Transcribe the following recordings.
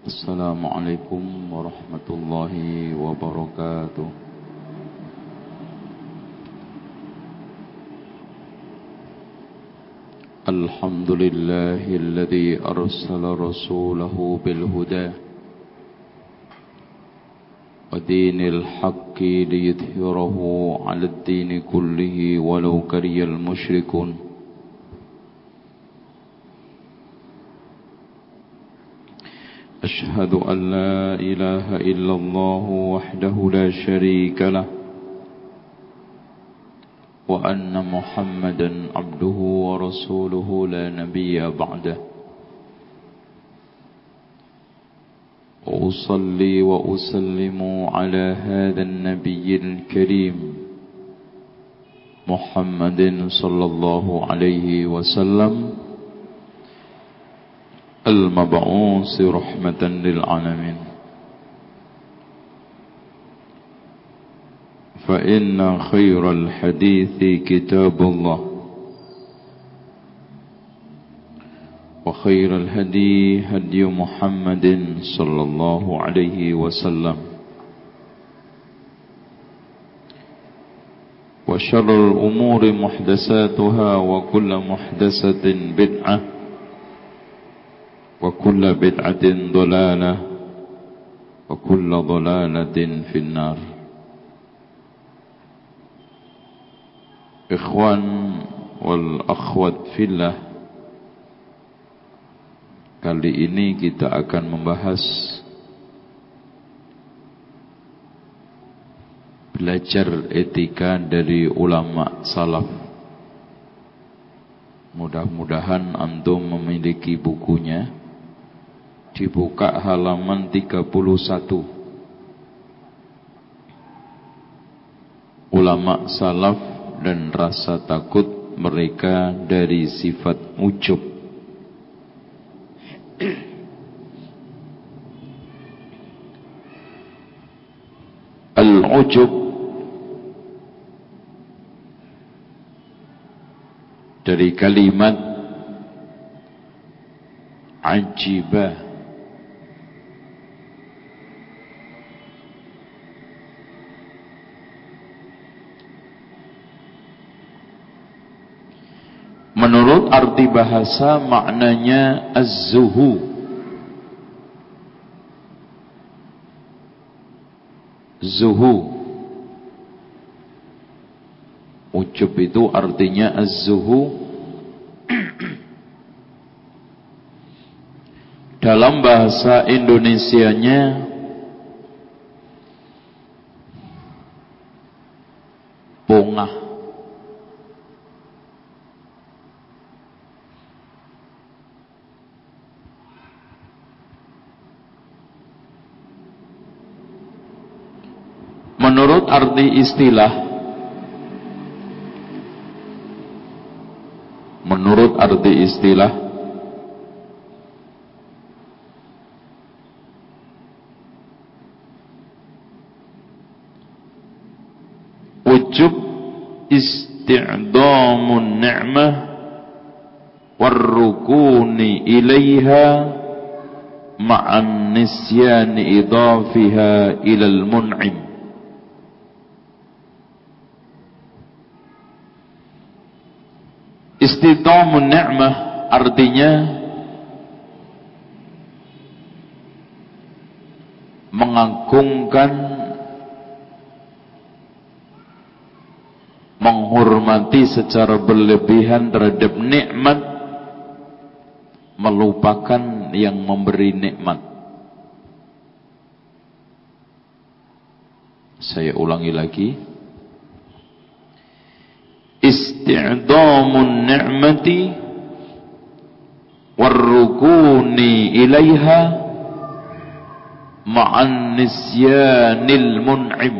Assalamualaikum warahmatullahi wabarakatuh. Alhamdulillahilladzi arsala rasulahu bilhuda wa dinil haqqi liyudhhirahu 'alad dini kullihi walau karihal musyrikun. أشهد أن لا إله إلا الله وحده لا شريك له وأن محمدا عبده ورسوله لا نبي بعده وأصلي وأسلم على هذا النبي الكريم محمد صلى الله عليه وسلم المبعوث رحمة للعالمين فإن خير الحديث كتاب الله وخير الهدي هدي محمد صلى الله عليه وسلم وشر الأمور محدثاتها وكل محدثة بدعة وكل بدعة ضلالة وكل ضلالة في النار. Ikhwan wal akhwat fillah, kali ini kita akan membahas belajar etika dari ulama salaf. Mudah-mudahan antum memiliki bukunya. Dibuka halaman 31. Ulama salaf dan rasa takut mereka dari sifat ujub. Al-ujub dari kalimat ajibah, menurut arti bahasa maknanya az-zuhu. Zuhu. Ujub itu artinya az-zuhu. Dalam bahasa Indonesianya bongah. Menurut arti istilah, ujub isti'dhamun ni'mah warrukuni ilaiha ma'an nisyani idafiha ilal mun'im. Istidhamun ni'mah artinya mengagungkan, menghormati secara berlebihan terhadap nikmat, melupakan yang memberi nikmat. Saya ulangi lagi. Isti'dhamun ni'mati warrukuni ilaiha ma'an nisyanil mun'im.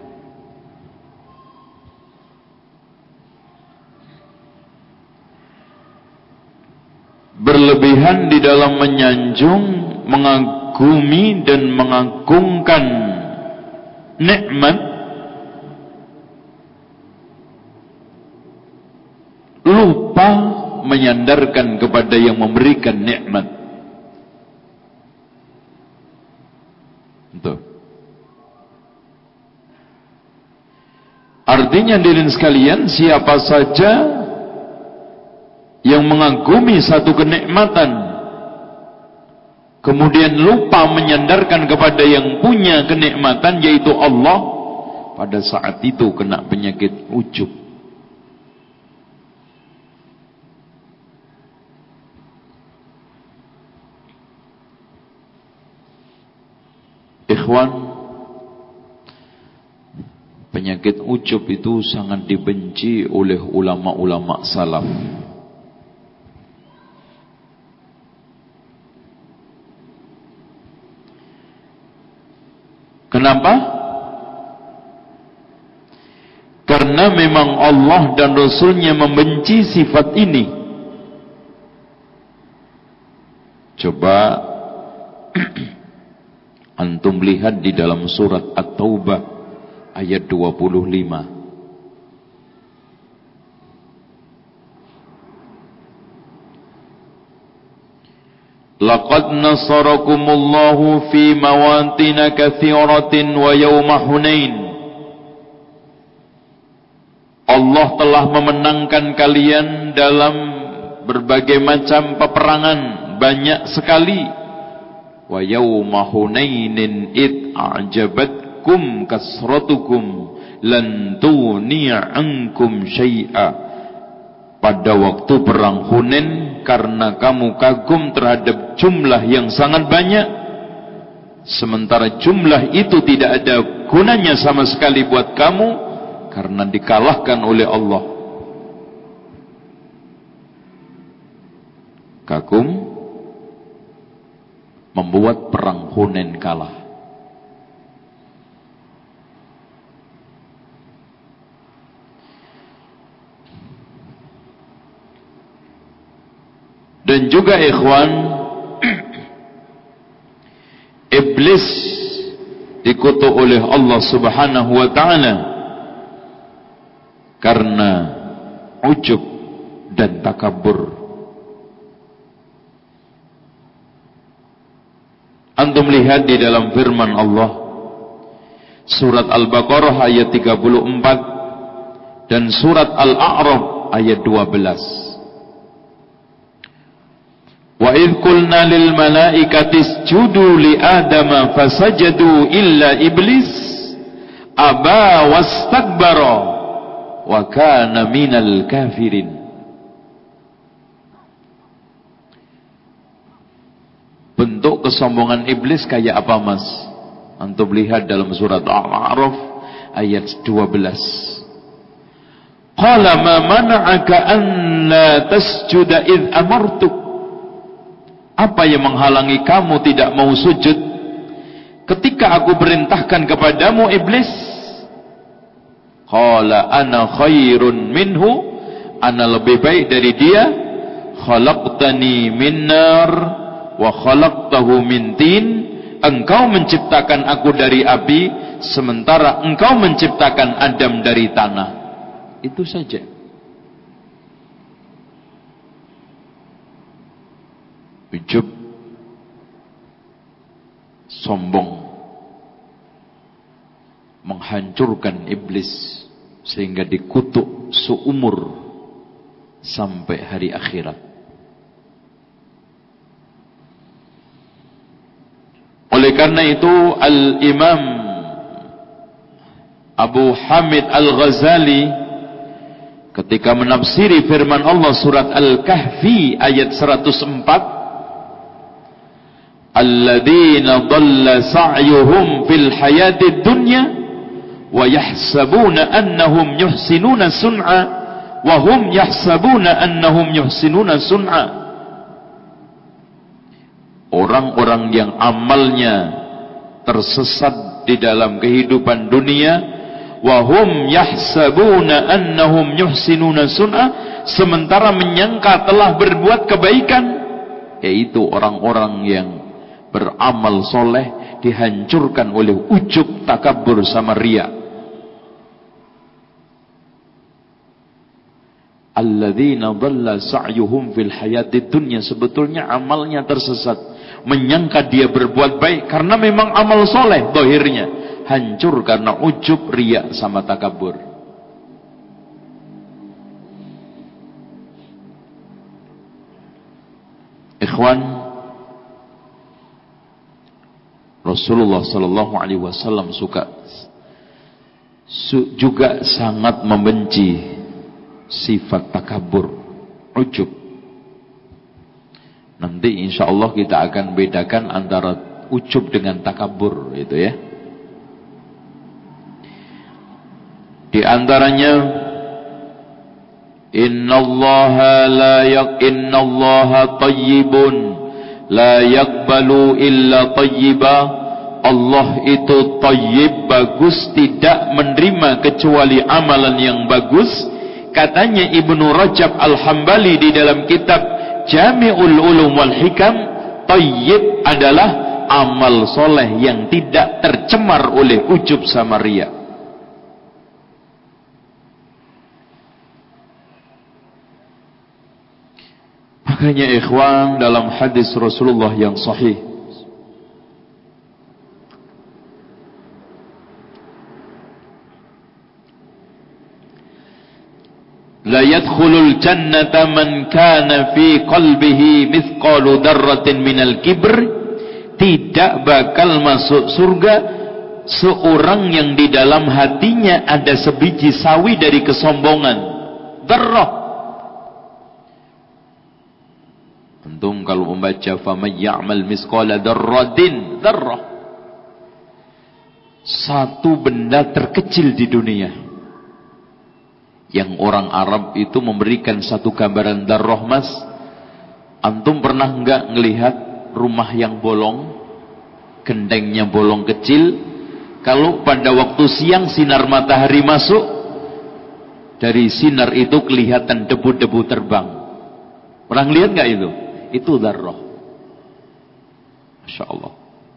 Berlebihan di dalam menyanjung, mengagumi dan mengagungkan nikmat, lupa menyandarkan kepada yang memberikan nikmat. Artinya hadirin sekalian, siapa saja yang mengagumi satu kenikmatan kemudian lupa menyandarkan kepada yang punya kenikmatan yaitu Allah, pada saat itu kena penyakit ujub. Ikhwan, penyakit ujub itu sangat dibenci oleh ulama-ulama salaf. Kenapa? Karena memang Allah dan Rasulnya membenci sifat ini. Coba antum lihat di dalam surat At-Taubah ayat 25. Laqad nasarakumullahu fi mawatin katsiratin wa yawma Hunain. Allah telah memenangkan kalian dalam berbagai macam peperangan, banyak sekali. Wa yawma Hunainin id a'jabatkum kasratukum lan tuni'a ankum syai'a. Pada waktu perang Hunain, karena kamu kagum terhadap jumlah yang sangat banyak, sementara jumlah itu tidak ada gunanya sama sekali buat kamu karena dikalahkan oleh Allah. Kagum membuat perang Hunain kalah. Dan juga ikhwan, iblis dikutuk oleh Allah Subhanahu wa taala karena ujub dan takabur. Antum lihat di dalam firman Allah surat Al-Baqarah ayat 34 dan surat Al-A'raf ayat 12. Wa idh qulna lil malaikati isjudu li adama fasajadu illa iblis aba wastakbara wa kana minal kafirin. Bentuk kesombongan iblis kayak apa, Mas? Antum lihat dalam surat Al-A'raf ayat 12. Qala ma mana'aka an la tasjuda idh amartuk. Apa yang menghalangi kamu tidak mau sujud ketika aku perintahkan kepadamu, iblis? Qala ana khairun minhu, ana lebih baik dari dia. Khalaqtani min nar wa khalaqtahu min tin. Engkau menciptakan aku dari api, sementara engkau menciptakan Adam dari tanah. Itu saja. Ujub, sombong, menghancurkan iblis sehingga dikutuk seumur sampai hari akhirat. Oleh karena itu Al-Imam Abu Hamid Al-Ghazali ketika menafsiri firman Allah surat Al-Kahfi ayat 104, alladzina dhalla sa'yuhum fil hayatid dunya wa yahsabuna annahum yuhsinuna sun'a wa hum yahsabuna annahum yuhsinuna sun'a. Orang-orang yang amalnya tersesat di dalam kehidupan dunia, wa hum yahsabuna annahum yuhsinuna sun'a, sementara menyangka telah berbuat kebaikan, yaitu orang-orang yang beramal soleh dihancurkan oleh ujub, takabur sama riya. Alladzina dhalla sa'yuhum fil hayatid dunya, sebetulnya amalnya tersesat, menyangka dia berbuat baik karena memang amal soleh zahirnya, hancur karena ujub, riya sama takabur. Ikhwan, Rasulullah sallallahu alaihi wasallam juga sangat membenci sifat takabur, ujub. Nanti insyaallah kita akan bedakan antara ujub dengan takabur, itu ya. Di antaranya innallaha tayyibun la yaqbalu illa tayyiba. Allah itu tayyib, bagus, tidak menerima kecuali amalan yang bagus. Katanya Ibnu Rajab Al-Hambali di dalam kitab Jami'ul Ulum wal Hikam, tayyib adalah amal soleh yang tidak tercemar oleh ujub sama riya. Makanya ikhwan, dalam hadis Rasulullah yang sahih, la yadkhulul jannata man kana fi qalbihi mithqalu darratin minal kibr. Tidak bakal masuk surga seorang yang di dalam hatinya ada sebiji sawi dari kesombongan. Darrah. Antum kalau membaca faman ya'mal mithqala darratin, darrah, satu benda terkecil di dunia. Yang orang Arab itu memberikan satu gambaran darrah, mas. Antum pernah enggak ngelihat rumah yang bolong, gentengnya bolong kecil? Kalau pada waktu siang sinar matahari masuk, dari sinar itu kelihatan debu-debu terbang. Pernah lihat enggak itu? Itu darrah. Masya Allah.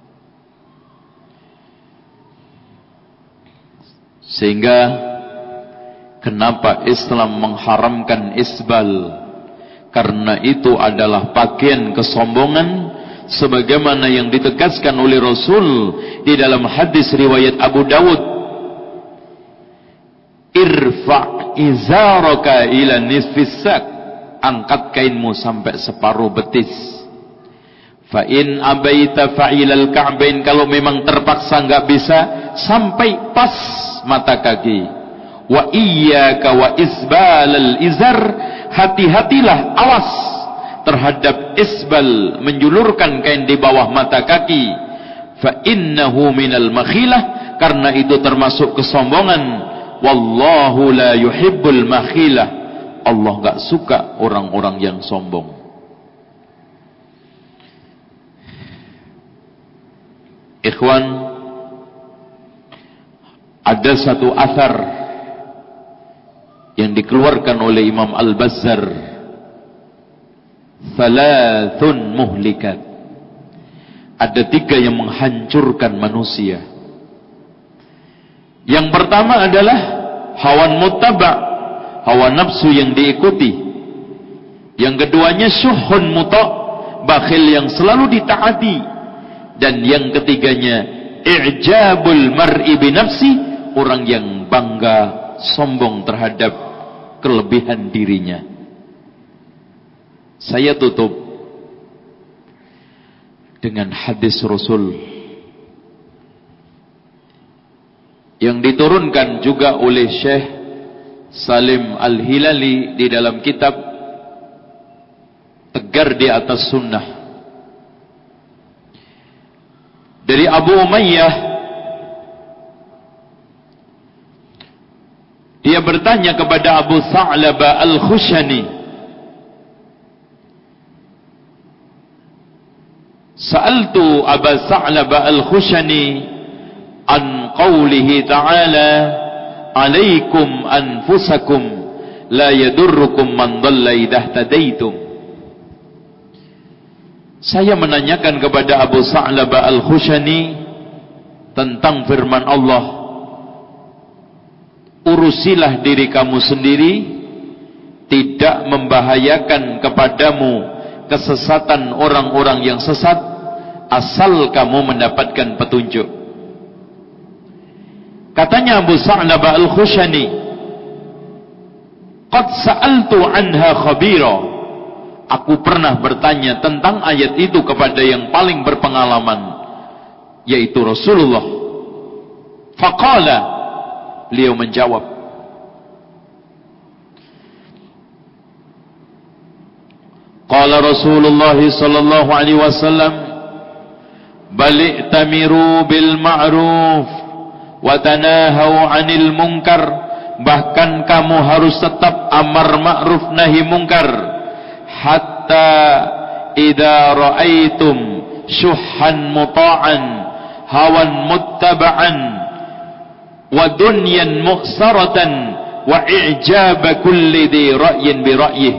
Sehingga kenapa Islam mengharamkan isbal? Karena itu adalah pakaian kesombongan, sebagaimana yang ditegaskan oleh Rasul di dalam hadis riwayat Abu Dawud, irfa' izaraka ila nisfis sak, angkat kainmu sampai separuh betis. Fa in abaita fa'ilal ka'bain, kalau memang terpaksa enggak bisa, sampai pas mata kaki. Wa iyyaka wa isbalal izar, hati-hatilah, awas terhadap isbal, menjulurkan kain di bawah mata kaki. Fa innahu minal makhilah, karena itu termasuk kesombongan. Wallahu la yuhibbul makhilah, Allah enggak suka orang-orang yang sombong. Ikhwan, ada satu athar yang dikeluarkan oleh Imam Al-Bazzar, thalathun muhlikat, ada 3 yang menghancurkan manusia. Yang pertama adalah hawan muttaba', hawa nafsu yang diikuti. Yang keduanya syuhun muta', bakhil yang selalu ditaati. Dan yang ketiganya i'jabul mar'i binafsi, orang yang bangga, sombong terhadap kelebihan dirinya. Saya tutup dengan hadis Rasul yang diturunkan juga oleh Syekh Salim Al-Hilali di dalam kitab Tegar di Atas Sunnah, dari Abu Umayyah. Dia bertanya kepada Abu Sa'labah Al-Khushani, sa'altu Abu Sa'labah Al-Khushani an qawlihi ta'ala alaikum anfusakum la yadurrukum man dhalla idha tadaitum. Saya menanyakan kepada Abu Sa'labah Al-Khushani tentang firman Allah, urusilah diri kamu sendiri, tidak membahayakan kepadamu kesesatan orang-orang yang sesat, asal kamu mendapatkan petunjuk. Katanya Abu Sa'labah Al-Khushani, qad sa'altu anha khabira, Aku pernah bertanya tentang ayat itu kepada yang paling berpengalaman, yaitu Rasulullah. Faqala, beliau menjawab, qala Rasulullah sallallahu alaihi wasallam, bal i'tamiru bil ma'ruf wa tanahau 'anil munkar. Bahkan kamu harus tetap amar ma'ruf nahi munkar. Hatta idza ra'aitum syuhan muta'an hawan muttaba'an wa dunyan mukhsaratan wa i'jaba kulli dhi ra'yin bi ra'yih.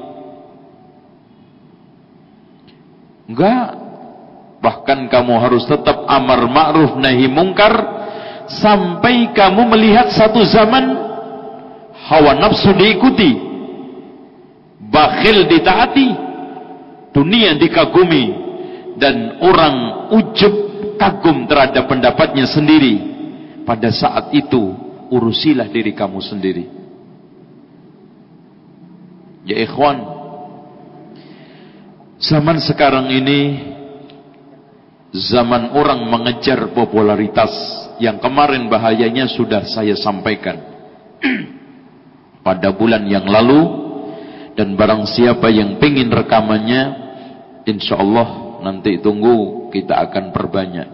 Enggak, bahkan kamu harus tetap amar ma'ruf nahi mungkar sampai kamu melihat satu zaman hawa nafsu diikuti, bakhil ditaati, dunia dikagumi, dan orang ujub kagum terhadap pendapatnya sendiri. Pada saat itu urusilah diri kamu sendiri. Ya ikhwan, zaman sekarang ini zaman orang mengejar popularitas, yang kemarin bahayanya sudah saya sampaikan pada bulan yang lalu. Dan barang siapa yang pengen rekamannya, insya Allah nanti tunggu, kita akan perbanyak.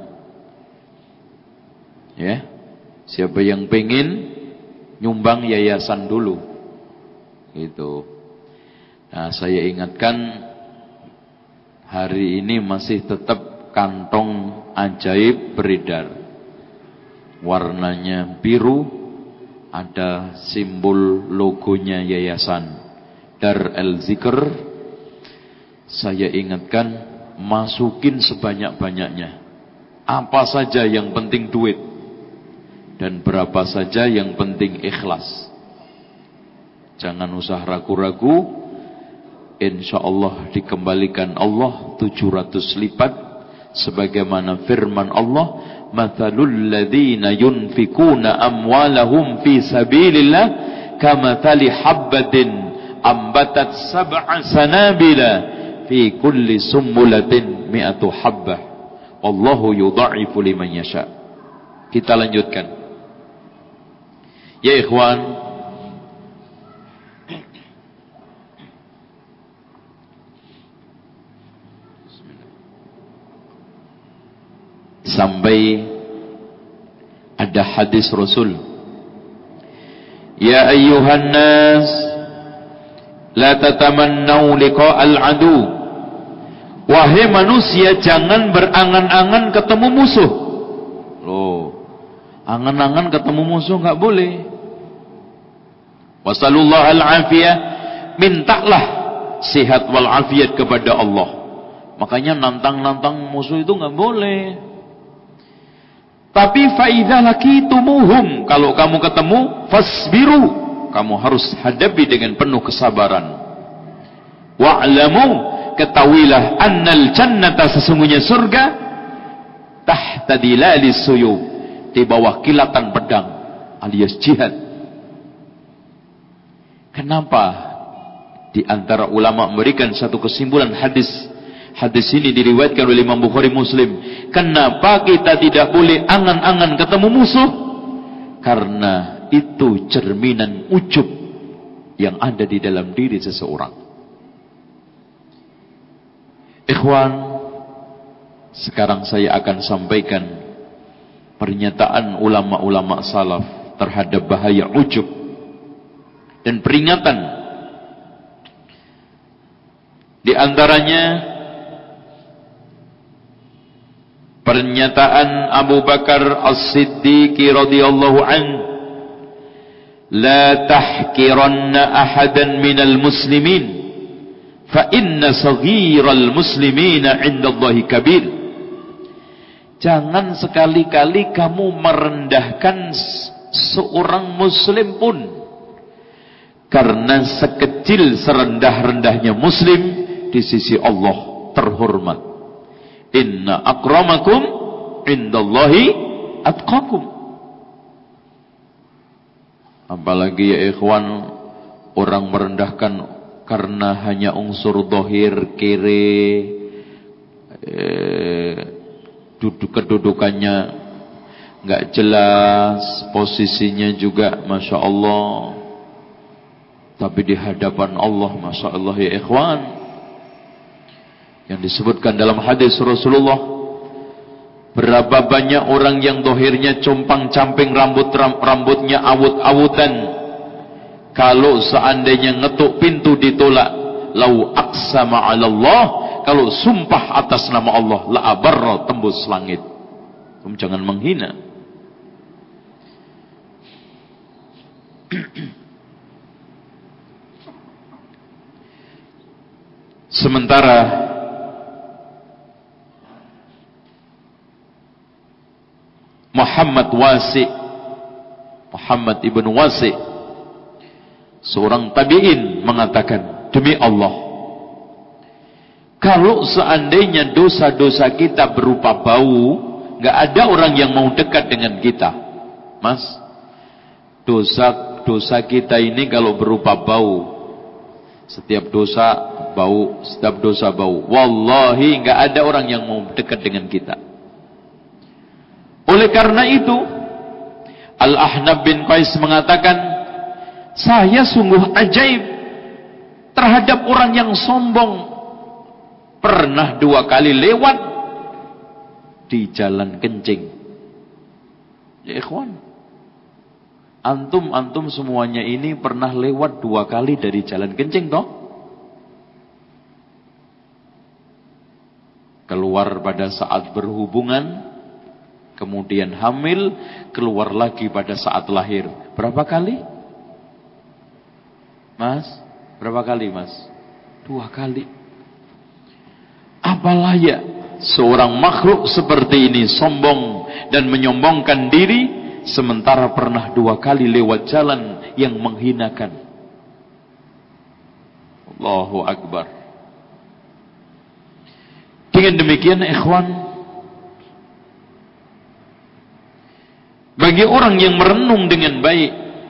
Ya, siapa yang pengen nyumbang yayasan dulu, gitu. Nah, saya ingatkan, hari ini masih tetap kantong ajaib beredar, warnanya biru, ada simbol logonya yayasan Dar Al-Zikr. Saya ingatkan, masukin sebanyak-banyaknya. Apa saja yang penting duit, dan berapa saja yang penting ikhlas. Jangan usah ragu-ragu, insya Allah dikembalikan Allah 700 lipat. Sebagaimana firman Allah, mathalul ladzina yunfikuna amwalahum fi sabilillah kamathali habbatin ambatat sab'a sanabila fi kulli sumbulatin mi'atu habbah wallahu yudha'ifu liman yasha. Kita lanjutkan. Ya ikhwan, sampai ada hadis Rasul, ya ayyuhan nas la tatamannau liqa'al adu. Wahai manusia, jangan berangan-angan ketemu musuh. Loh, angan-angan ketemu musuh enggak boleh. Wasallallahu al-afiyah, mintalah sehat wal afiat kepada Allah. Makanya nantang-nantang musuh itu enggak boleh. Tapi faidza laqitumuhum, kalau kamu ketemu, fasbiru, kamu harus hadapi dengan penuh kesabaran. Wa'lamu, ketahuilah, annal jannata, sesungguhnya surga, tahta dilalis suyub, di bawah kilatan pedang alias jihad. Kenapa di antara ulama memberikan satu kesimpulan hadis ini diriwayatkan oleh Imam Bukhari Muslim. Kenapa kita tidak boleh angan-angan ketemu musuh? Karena itu cerminan ujub yang ada di dalam diri seseorang. Ikhwan, sekarang saya akan sampaikan pernyataan ulama-ulama salaf terhadap bahaya ujub dan peringatan. Di antaranya pernyataan Abu Bakar As-Siddiq radhiyallahu anhu, la tahkiranna ahadan minal muslimin fa inna saghiral muslimina 'indallahi kabir. Jangan sekali-kali kamu merendahkan seorang muslim pun, karena sekecil serendah-rendahnya muslim di sisi Allah terhormat. Inna akramakum indallahi atqakum. Apalagi ya ikhwan, orang merendahkan karena hanya unsur dohir, kiri, kedudukannya nggak jelas, posisinya juga Masya Allah, tapi di hadapan Allah Masya Allah ya ikhwan, yang disebutkan dalam hadis Rasulullah, berapa banyak orang yang dohirnya compang-camping, rambutnya awut-awutan, kalau seandainya ngetuk pintu ditolak, lau aqsama 'ala Allah, kalau sumpah atas nama Allah, la abarra, tembus langit. Kamu jangan menghina. Sementara Muhammad ibn Wasi, seorang tabi'in, mengatakan, demi Allah, kalau seandainya dosa-dosa kita berupa bau, gak ada orang yang mau dekat dengan kita. Mas, dosa kita ini kalau berupa bau, setiap dosa bau, wallahi gak ada orang yang mau dekat dengan kita. Oleh karena itu, Al-Ahnaf bin Qais mengatakan, saya sungguh ajaib terhadap orang yang sombong. Pernah 2 kali lewat di jalan kencing. Ya ikhwan, antum semuanya ini pernah lewat 2 kali dari jalan kencing toh? Keluar pada saat berhubungan, kemudian hamil, keluar lagi pada saat lahir. Berapa kali? Mas, berapa kali mas? 2 kali. Apa layak seorang makhluk seperti ini sombong dan menyombongkan diri, sementara pernah 2 kali lewat jalan yang menghinakan. Allahu Akbar. Dengan demikian ikhwan, bagi orang yang merenung dengan baik,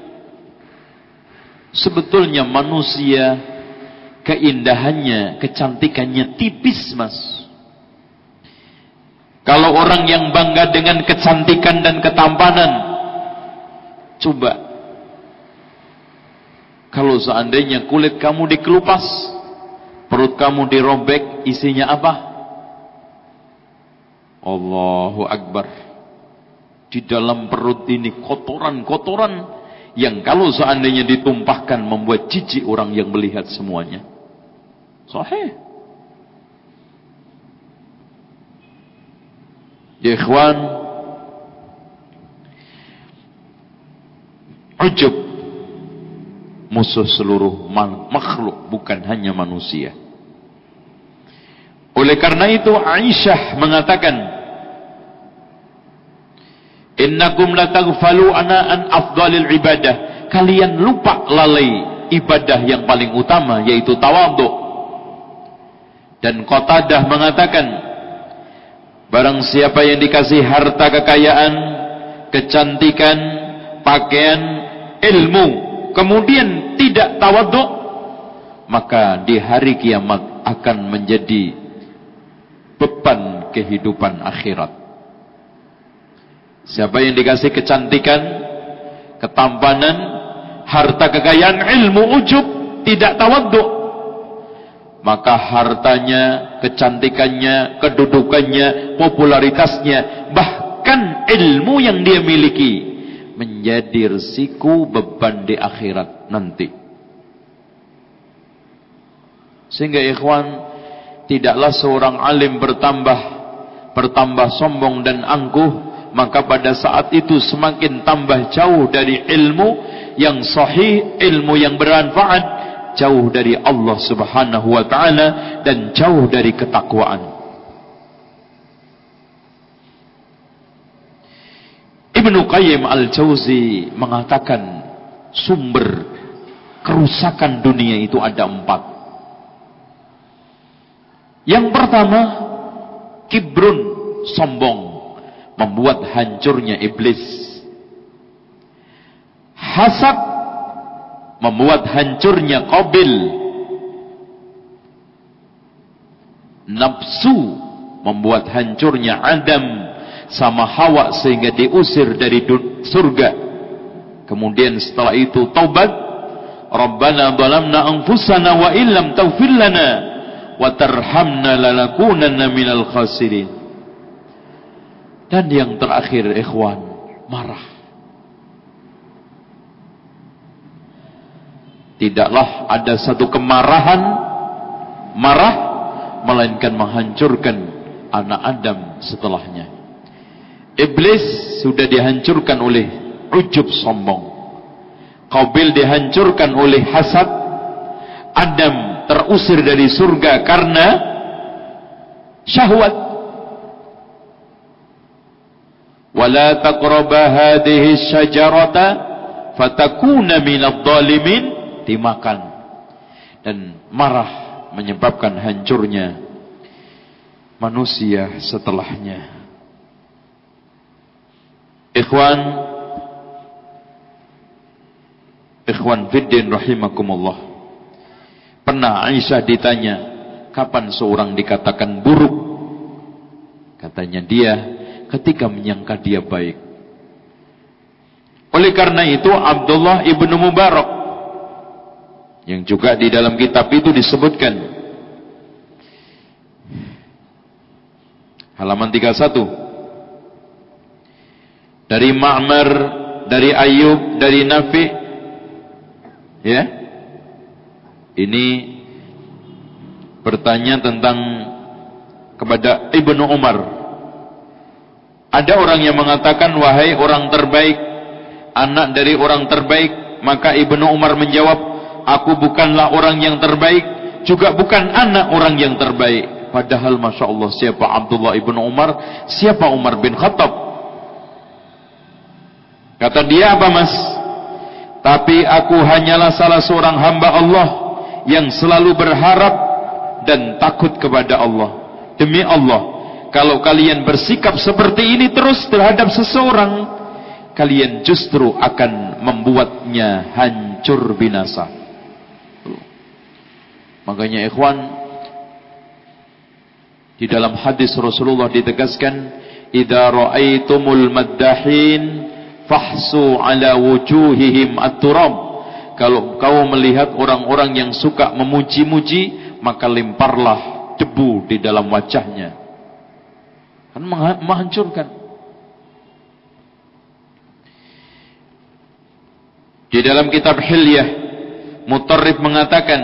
sebetulnya manusia keindahannya, kecantikannya tipis mas. Kalau orang yang bangga dengan kecantikan dan ketampanan, coba kalau seandainya kulit kamu dikelupas, perut kamu dirobek, isinya apa? Allahu Akbar. Di dalam perut ini kotoran-kotoran yang kalau seandainya ditumpahkan membuat jijik orang yang melihat semuanya. Sahih. Ya ikhwan, ujub musuh seluruh makhluk, bukan hanya manusia. Oleh karena itu Aisyah mengatakan, innakum lataghfalu an afdalil ibadah, kalian lupa lalai ibadah yang paling utama, yaitu tawadhu. Dan Qatadah mengatakan, barang siapa yang dikasih harta kekayaan, kecantikan, pakaian, ilmu, kemudian tidak tawadhu, maka di hari kiamat akan menjadi beban kehidupan akhirat. Siapa yang dikasih kecantikan, ketampanan, harta kekayaan, ilmu, ujub, tidak tawadhu, maka hartanya, kecantikannya, kedudukannya, popularitasnya, bahkan ilmu yang dia miliki menjadi resiko, beban di akhirat nanti. Sehingga ikhwan, tidaklah seorang alim bertambah sombong dan angkuh, maka pada saat itu semakin tambah jauh dari ilmu yang sahih, ilmu yang bermanfaat, jauh dari Allah Subhanahu wa ta'ala, dan jauh dari ketakwaan. Ibnu Qayyim al-Jauzi mengatakan, sumber kerusakan dunia itu ada 4. Yang pertama, kibrun, sombong, membuat hancurnya iblis. Hasad, membuat hancurnya Qabil. nafsu, membuat hancurnya Adam sama Hawa sehingga diusir dari surga. Kemudian setelah itu taubat, Rabbana zalamna anfusana wa illam taghfir lana wa tarhamna lanakunanna minal khasirin. Dan yang terakhir ikhwan, marah. Tidaklah ada satu kemarahan marah melainkan menghancurkan anak Adam setelahnya. Iblis sudah dihancurkan oleh ujub sombong. Qabil dihancurkan oleh hasad. Adam terusir dari surga karena syahwat. Wala taqraba hadhihi syajarata fatakuna minadh dhalimin, dimakan. Dan marah menyebabkan hancurnya manusia setelahnya. Ikhwan fiddin rahimakumullah. Pernah Aisyah ditanya, kapan seorang dikatakan buruk? Katanya dia ketika menyangka dia baik. Oleh karena itu Abdullah ibnu Mubarak, yang juga di dalam kitab itu disebutkan, halaman 31, dari Ma'mar, dari Ayyub, dari Nafi, ya, ini bertanya tentang kepada Ibnu Umar. Ada orang yang mengatakan, wahai orang terbaik, anak dari orang terbaik. Maka Ibnu Umar menjawab, aku bukanlah orang yang terbaik, juga bukan anak orang yang terbaik. Padahal Masya Allah, siapa Abdullah ibnu Umar, siapa Umar bin Khattab? Kata dia, apa mas? Tapi aku hanyalah salah seorang hamba Allah yang selalu berharap dan takut kepada Allah. Demi Allah, kalau kalian bersikap seperti ini terus terhadap seseorang, kalian justru akan membuatnya hancur binasa. Makanya ikhwan, di dalam hadis Rasulullah ditegaskan, idza ra'aitumul maddahin fahsu ala wujuhihim at-turab. Kalau kau melihat orang-orang yang suka memuji-muji, maka lemparlah debu di dalam wajahnya. Kan menghancurkan. Di dalam kitab Hilyah, Mutarrif mengatakan,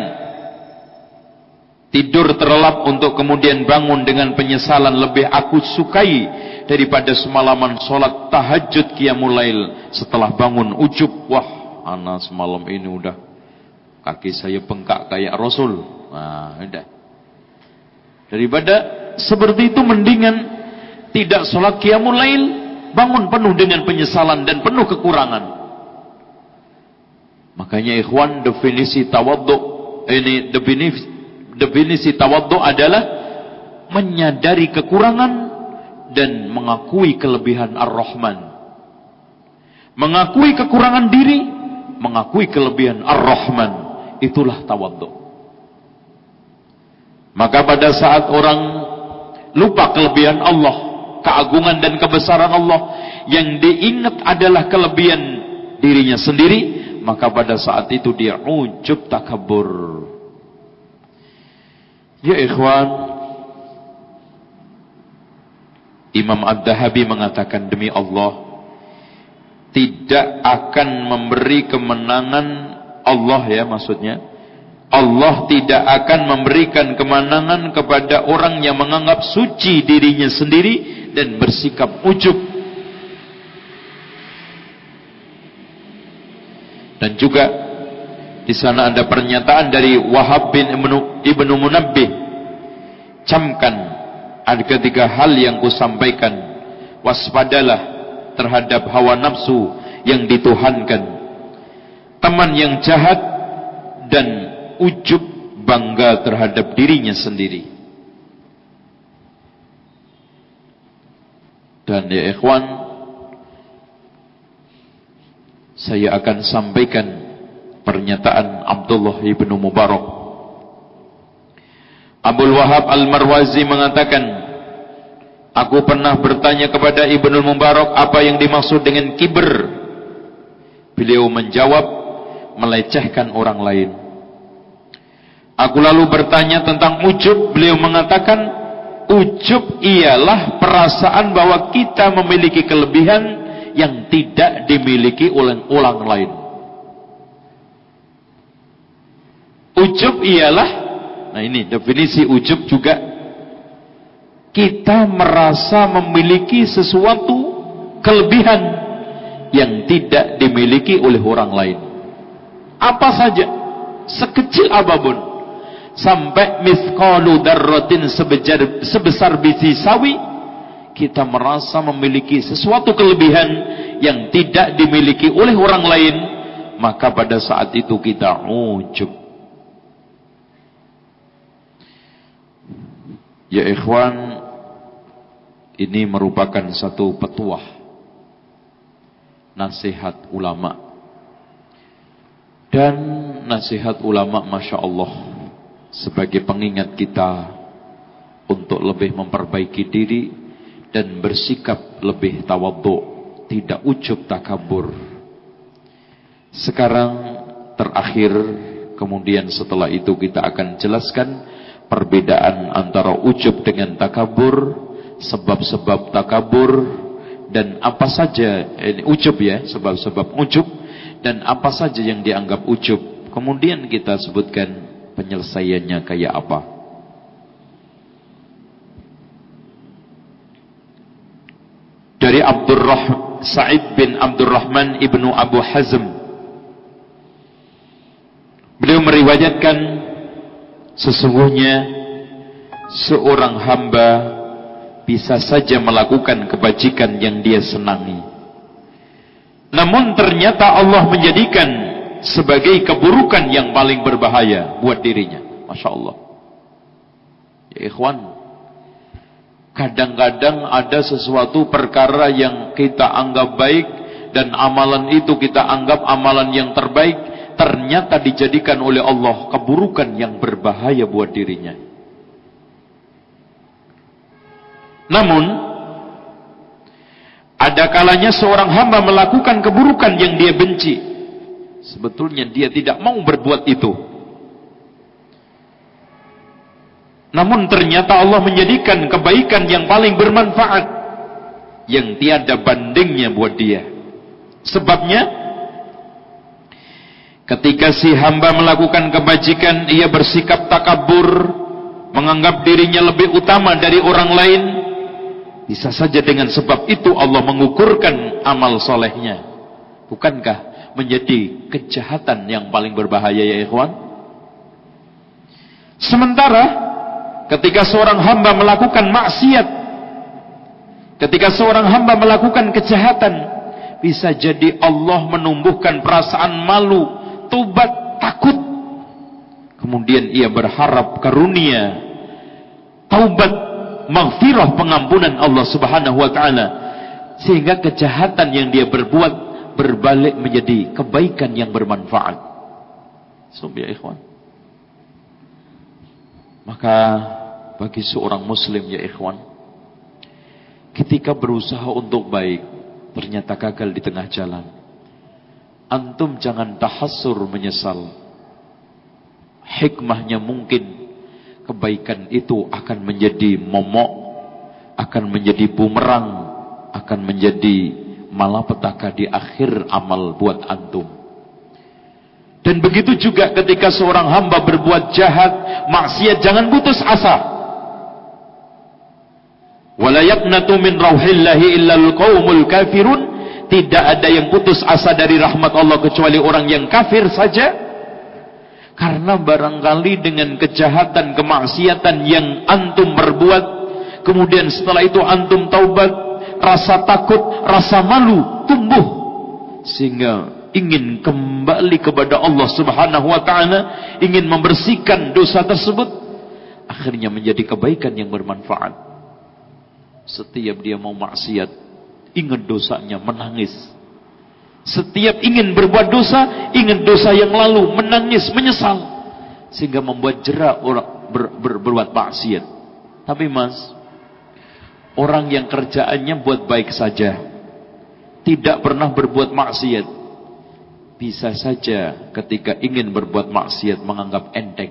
tidur terlelap untuk kemudian bangun dengan penyesalan lebih aku sukai daripada semalaman sholat tahajud qiyamul lail. Setelah bangun ujub, wah, ana semalam ini udah kaki saya bengkak kayak Rasul. Nah, udah. Daripada seperti itu mendingan tidak sholat qiyamul lail, bangun penuh dengan penyesalan dan penuh kekurangan. Makanya ikhwan, definisi tawaddu ini, definisi tawaddu adalah menyadari kekurangan dan mengakui kelebihan Ar-Rahman. Mengakui kekurangan diri, mengakui kelebihan Ar-Rahman, itulah tawaddu. Maka pada saat orang lupa kelebihan Allah, keagungan dan kebesaran Allah, yang diingat adalah kelebihan dirinya sendiri, maka pada saat itu dia ujub takabur. Ya ikhwan, Imam Ad-Dahabi mengatakan, demi Allah, tidak akan memberi kemenangan Allah, ya maksudnya, Allah tidak akan memberikan kemenangan kepada orang yang menganggap suci dirinya sendiri dan bersikap ujub. Dan juga di sana ada pernyataan dari Wahab bin Ibnu Munabbih, camkan ada ketiga hal yang kusampaikan, waspadalah terhadap hawa nafsu yang dituhankan, teman yang jahat, dan ujub bangga terhadap dirinya sendiri. Dan ya ikhwan, saya akan sampaikan pernyataan Abdullah ibnu Mubarak. Abdul Wahab Al-Marwazi mengatakan, aku pernah bertanya kepada Ibnul Mubarak apa yang dimaksud dengan kibr. Beliau menjawab, melecehkan orang lain. Aku lalu bertanya tentang ujub. Beliau mengatakan, ujub ialah perasaan bahwa kita memiliki kelebihan yang tidak dimiliki oleh orang lain. Ujub ialah, nah ini definisi ujub juga, kita merasa memiliki sesuatu kelebihan yang tidak dimiliki oleh orang lain. Apa saja, sekecil apapun, sampai mithqalu darratin, sebesar biji sawi, kita merasa memiliki sesuatu kelebihan yang tidak dimiliki oleh orang lain, maka pada saat itu kita ujub. Ya ikhwan, ini merupakan satu petuah, nasihat ulama. Dan nasihat ulama, Masya Allah, sebagai pengingat kita untuk lebih memperbaiki diri dan bersikap lebih tawadhu, tidak ujub takabur. Sekarang terakhir, kemudian setelah itu kita akan jelaskan perbedaan antara ujub dengan takabur, sebab-sebab takabur, dan apa saja ini ujub ya, sebab-sebab ujub, dan apa saja yang dianggap ujub. Kemudian kita sebutkan penyelesaiannya kayak apa. Dari Sa'id bin Abdurrahman ibnu Abu Hazm, beliau meriwayatkan, sesungguhnya seorang hamba bisa saja melakukan kebajikan yang dia senangi, namun ternyata Allah menjadikan sebagai keburukan yang paling berbahaya buat dirinya. Masya Allah. Ya ikhwan, kadang-kadang ada sesuatu perkara yang kita anggap baik, dan amalan itu kita anggap amalan yang terbaik, ternyata dijadikan oleh Allah keburukan yang berbahaya buat dirinya. Namun ada kalanya seorang hamba melakukan keburukan yang dia benci. Sebetulnya dia tidak mau berbuat itu, namun ternyata Allah menjadikan kebaikan yang paling bermanfaat, yang tiada bandingnya buat dia. Sebabnya, ketika si hamba melakukan kebajikan, ia bersikap takabur, menganggap dirinya lebih utama dari orang lain. Bisa saja dengan sebab itu Allah mengukurkan amal solehnya. Bukankah menjadi kejahatan yang paling berbahaya ya ikhwan? Sementara ketika seorang hamba melakukan maksiat, ketika seorang hamba melakukan kejahatan, bisa jadi Allah menumbuhkan perasaan malu, tobat, takut. Kemudian ia berharap karunia, taubat, maghfirah, pengampunan Allah Subhanahu wa taala, sehingga kejahatan yang dia berbuat berbalik menjadi kebaikan yang bermanfaat. Ya ikhwan, maka bagi seorang muslim ya ikhwan, ketika berusaha untuk baik ternyata gagal di tengah jalan, antum jangan tahassur menyesal. Hikmahnya mungkin kebaikan itu akan menjadi momok, akan menjadi bumerang, akan menjadi malapetaka di akhir amal buat antum. Dan begitu juga ketika seorang hamba berbuat jahat, maksiat, jangan putus asa. Wala yaqnatu min rauhillahi illal qaumul kafirun. Tidak ada yang putus asa dari rahmat Allah kecuali orang yang kafir saja. Karena barangkali dengan kejahatan, kemaksiatan yang antum berbuat, kemudian setelah itu antum taubat, rasa takut, rasa malu tumbuh, sehingga ingin kembali kepada Allah Subhanahu wa taala, ingin membersihkan dosa tersebut, akhirnya menjadi kebaikan yang bermanfaat. Setiap dia mau maksiat, ingat dosanya, menangis. Setiap ingin berbuat dosa, ingat dosa yang lalu, menangis, menyesal, sehingga membuat jerak berbuat maksiat. Tapi Mas, orang yang kerjaannya buat baik saja, tidak pernah berbuat maksiat, bisa saja ketika ingin berbuat maksiat menganggap enteng.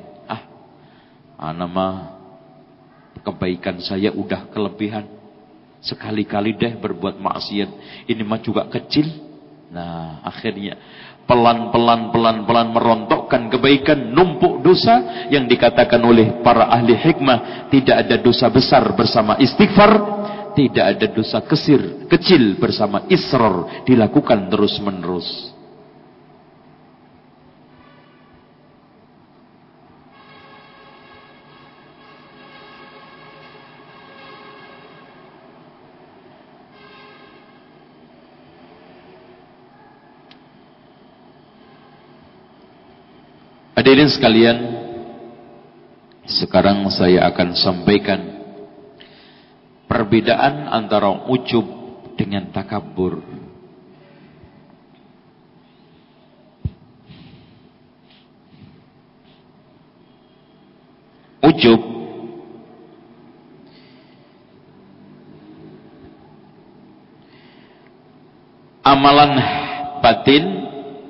Nama kebaikan saya udah kelebihan, sekali-kali deh berbuat maksiat, ini mah juga kecil. Nah, akhirnya pelan-pelan merontokkan kebaikan, numpuk dosa. Yang dikatakan oleh para ahli hikmah, tidak ada dosa besar bersama istighfar, tidak ada dosa kecil bersama israr, dilakukan terus-menerus. Hadirin sekalian, sekarang saya akan sampaikan perbedaan antara ujub dengan takabur. Ujub amalan batin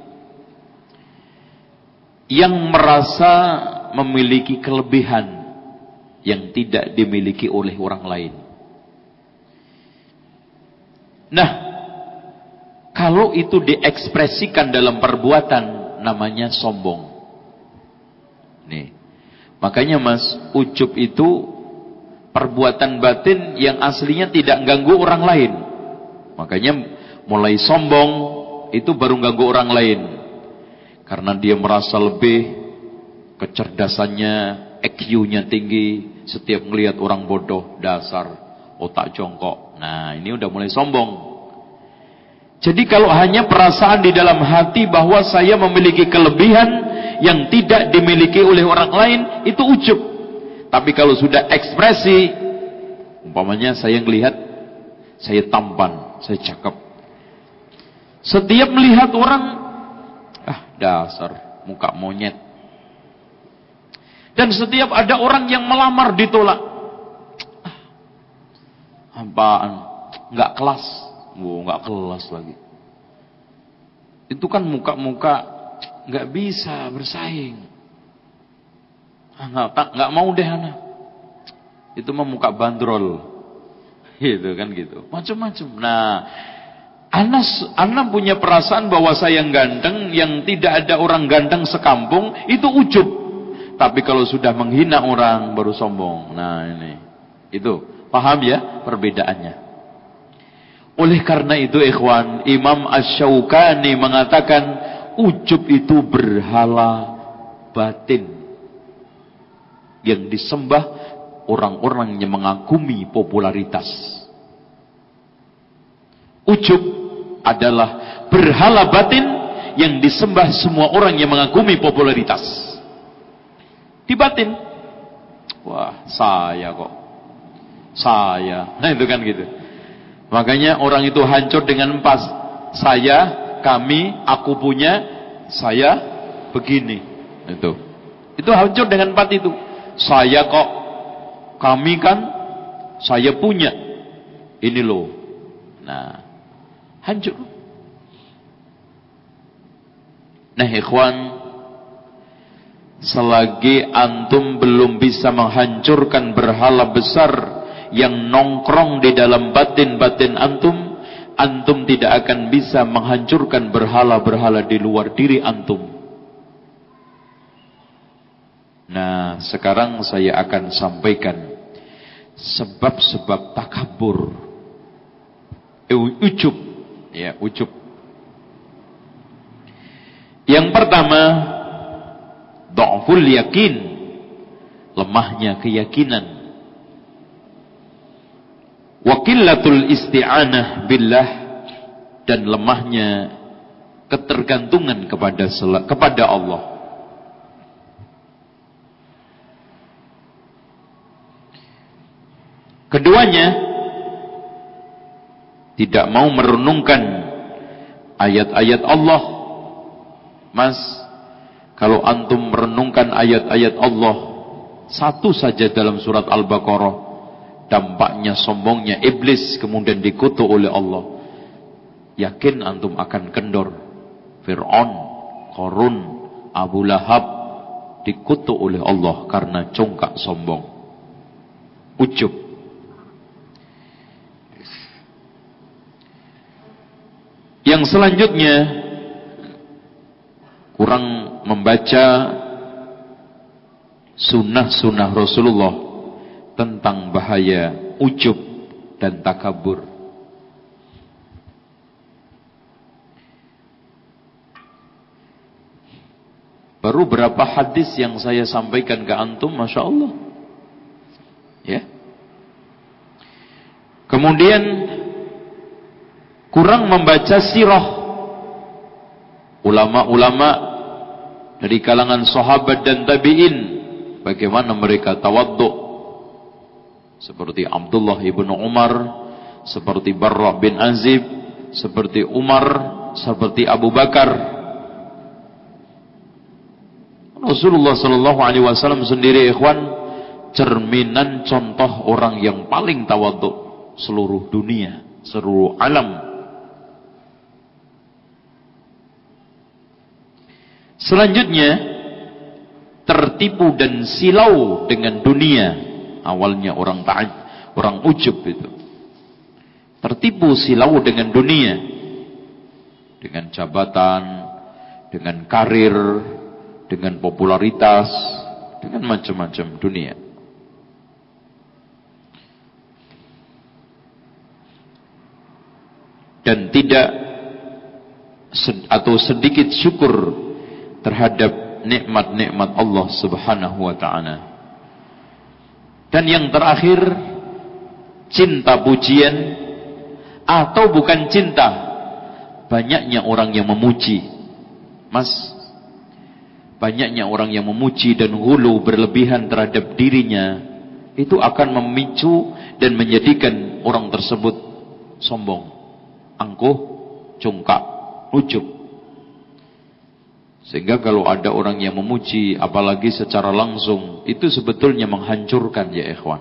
yang merasa memiliki kelebihan yang tidak dimiliki oleh orang lain. Nah, kalau itu diekspresikan dalam perbuatan, namanya sombong. Nih, makanya Mas, ujub itu perbuatan batin yang aslinya tidak ganggu orang lain. Makanya mulai sombong itu baru ganggu orang lain. Karena dia merasa lebih, kecerdasannya, IQ-nya tinggi, setiap melihat orang bodoh, dasar, otak jongkok. Nah, ini udah mulai sombong. Jadi kalau hanya perasaan di dalam hati bahwa saya memiliki kelebihan yang tidak dimiliki oleh orang lain, itu ujub. Tapi kalau sudah ekspresi, umpamanya saya ngelihat, saya tampan, saya cakep. Setiap melihat orang, dasar, muka monyet. Dan setiap ada orang yang melamar ditolak. Apaan? Nggak kelas. Nggak kelas lagi. Itu kan muka-muka nggak bisa bersaing. Nggak mau deh anak. Itu mah muka bandrol. Gitu kan gitu. Macam-macam. Nah, Ana punya perasaan bahwa saya yang ganteng, yang tidak ada orang ganteng sekampung, itu ujub. Tapi kalau sudah menghina orang, baru sombong. Nah ini, itu, paham ya perbedaannya. Oleh karena itu ikhwan, Imam Asy-Syaukani mengatakan, ujub itu berhala batin, yang disembah orang-orang yang mengagumi popularitas. Ujub adalah berhala batin yang disembah semua orang yang mengagumi popularitas. Di batin, wah saya kok, saya. Nah itu kan gitu. Makanya orang itu hancur dengan empat. Saya, kami, aku punya, saya begini. Itu hancur dengan empat itu. Saya kok, kami kan, saya punya. Ini loh. Nah, hancur. Nah ikhwan, selagi antum belum bisa menghancurkan berhala besar yang nongkrong di dalam batin-batin antum, antum tidak akan bisa menghancurkan berhala-berhala di luar diri antum. Nah, sekarang saya akan sampaikan sebab-sebab takabur, ujub, ya ujub. Yang pertama, dha'ful yakin, lemahnya keyakinan. Wa qillatul isti'anah billah, dan lemahnya ketergantungan kepada Allah. Keduanya, tidak mau merenungkan ayat-ayat Allah. Mas, kalau antum merenungkan ayat-ayat Allah, Satu saja dalam surat Al-Baqarah, dampaknya sombongnya iblis kemudian dikutuk oleh Allah. Yakin antum akan kendor. Fir'aun, Qarun, Abu Lahab dikutuk oleh Allah karena congkak sombong, ujub. Yang selanjutnya, kurang membaca sunnah-sunnah Rasulullah tentang bahaya ujub dan takabur. Baru berapa hadis yang saya sampaikan ke antum, Masya Allah. Ya. Kemudian kurang membaca sirah ulama-ulama dari kalangan sahabat dan tabi'in, bagaimana mereka tawaddu, seperti Abdullah ibnu Umar, seperti Barra bin Azib, seperti Umar, seperti Abu Bakar. Rasulullah sallallahu alaihi wasallam sendiri, ikhwan, cerminan contoh orang yang paling tawadhu seluruh dunia, seluruh alam. Selanjutnya, tertipu dan silau dengan dunia. Awalnya orang ujub itu. Tertipu silau dengan dunia. Dengan jabatan, dengan karir, dengan popularitas, dengan macam-macam dunia. Dan tidak atau sedikit syukur terhadap nikmat-nikmat Allah Subhanahu wa ta'ala. Dan yang terakhir, cinta pujian atau bukan cinta, banyaknya orang yang memuji. Mas, banyaknya orang yang memuji dan hulu berlebihan terhadap dirinya, itu akan memicu dan menjadikan orang tersebut sombong, angkuh, congkak, ujub. Sehingga kalau ada orang yang memuji, apalagi secara langsung, itu sebetulnya menghancurkan, ya ikhwan.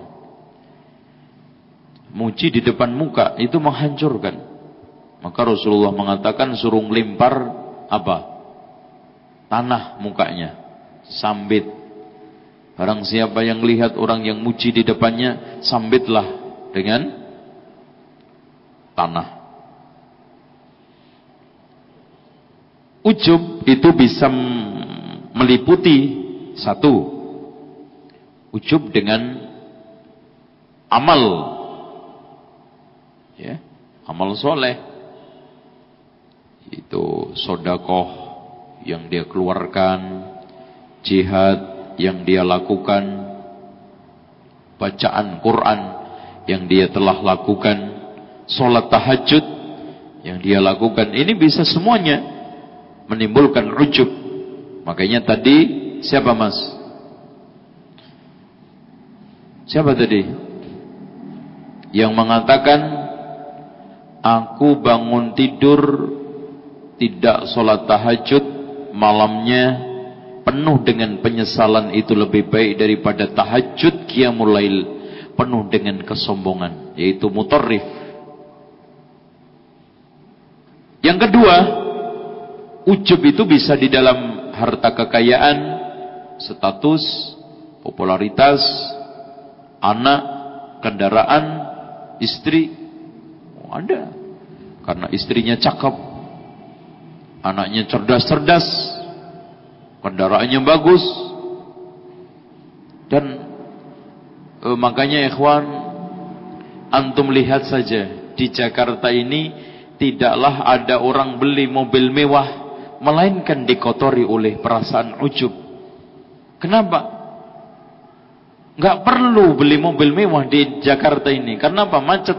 Muji di depan muka itu menghancurkan. Maka Rasulullah mengatakan suruh lempar apa? Tanah mukanya, sambit. Barang siapa yang lihat orang yang muji di depannya, sambitlah dengan tanah. Ujub itu bisa meliputi satu, ujub dengan amal, ya, amal soleh, itu sodakoh yang dia keluarkan, jihad yang dia lakukan, bacaan Quran yang dia telah lakukan, sholat tahajud yang dia lakukan. Ini bisa semuanya menimbulkan ujub. Makanya tadi siapa mas? Siapa tadi? Yang mengatakan aku bangun tidur tidak sholat tahajud, malamnya penuh dengan penyesalan, itu lebih baik daripada tahajud qiyamul lail penuh dengan kesombongan, yaitu mutarrif. Yang kedua, ujub itu bisa di dalam harta kekayaan, status, popularitas, anak, kendaraan, istri. Oh, ada. Karena istrinya cakep, anaknya cerdas-cerdas, kendaraannya bagus. Dan makanya ikhwan, antum lihat saja di Jakarta ini tidaklah ada orang beli mobil mewah melainkan dikotori oleh perasaan ujub. Kenapa? Nggak perlu beli mobil mewah di Jakarta ini. Kenapa? Macet.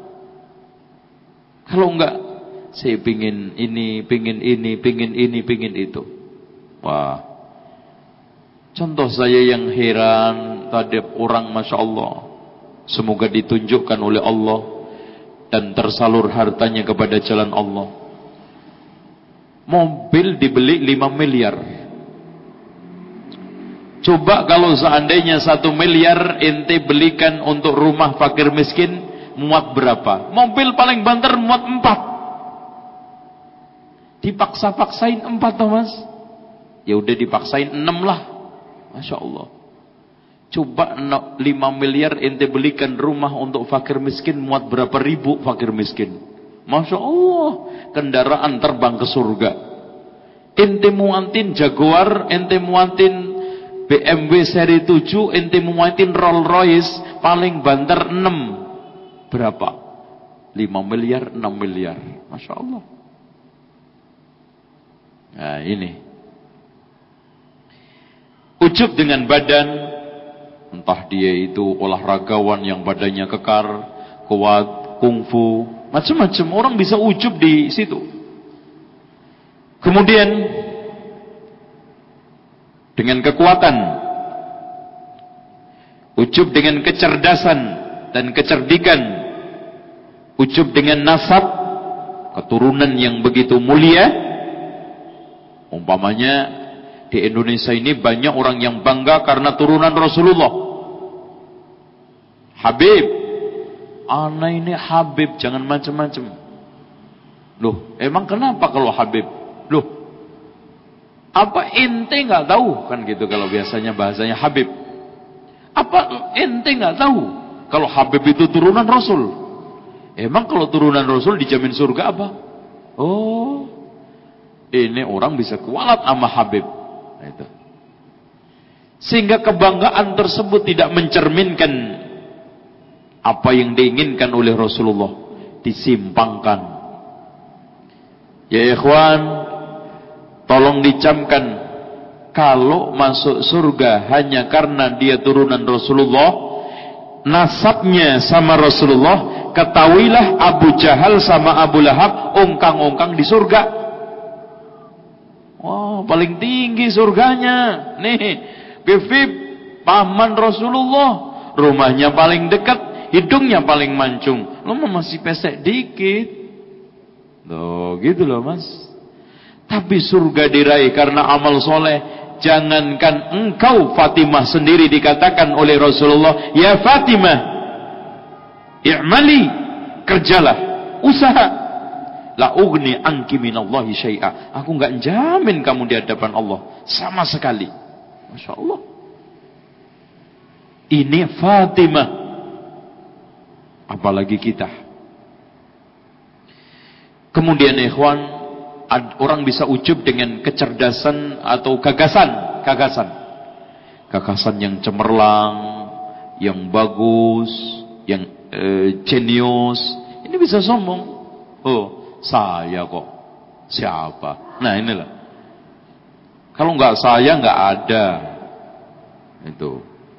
Kalau enggak, saya pingin ini, pingin ini, pingin ini, pingin itu. Wah. Contoh saya yang heran terhadap orang, Masya Allah, semoga ditunjukkan oleh Allah dan tersalur hartanya kepada jalan Allah. Mobil dibeli 5 miliar. Coba kalau seandainya 1 miliar ente belikan untuk rumah fakir miskin, muat berapa? Mobil paling banter muat 4. Dipaksa-paksain 4 toh mas? Ya udah dipaksain 6 lah. Masya Allah. Coba 5 miliar ente belikan rumah untuk fakir miskin, muat berapa ribu fakir miskin? Masya Allah. Kendaraan terbang ke surga. Ente muatin Jaguar, ente muatin BMW seri 7, ente muatin Rolls Royce, paling banter 6. Berapa? 5 miliar, 6 miliar. Masya Allah. Nah ini. Ujub dengan badan, entah dia itu olahragawan yang badannya kekar, kuat, kungfu, macam-macam orang bisa ujub di situ. Kemudian dengan kekuatan, ujub dengan kecerdasan dan kecerdikan, ujub dengan nasab, keturunan yang begitu mulia. Umpamanya di Indonesia ini banyak orang yang bangga karena turunan Rasulullah. Habib, ana ini Habib, jangan macam-macam. Loh, emang kenapa kalau Habib? Loh, apa ente nggak tahu kan gitu kalau biasanya bahasanya Habib? Apa ente nggak tahu kalau Habib itu turunan Rasul? Emang kalau turunan Rasul dijamin surga apa? Oh, ini orang bisa kualat sama Habib. Nah, itu. Sehingga kebanggaan tersebut tidak mencerminkan apa yang diinginkan oleh Rasulullah, disimpangkan. Ya ikhwan, tolong dicamkan, kalau masuk surga hanya karena dia turunan Rasulullah, nasabnya sama Rasulullah, ketahuilah Abu Jahal sama Abu Lahab ongkang-ongkang di surga. Wah, paling tinggi surganya. Nih, Bifib, paman Rasulullah, rumahnya paling dekat, hidungnya paling mancung. Lo masih pesek dikit. Loh, gitu loh mas. Tapi surga diraih karena amal soleh. Jangankan engkau Fatimah sendiri dikatakan oleh Rasulullah, ya Fatimah, i'mali, kerjalah, usaha, la ugni anki minallahi syai'a. Aku enggak jamin kamu di hadapan Allah sama sekali. Masya Allah. Ini Fatimah, apalagi kita. Kemudian ikhwan, orang bisa ujub dengan kecerdasan atau gagasan yang cemerlang, yang bagus, yang jenius. Ini bisa sombong. Oh, saya kok, siapa? Nah inilah. Kalau nggak saya nggak ada. Itu.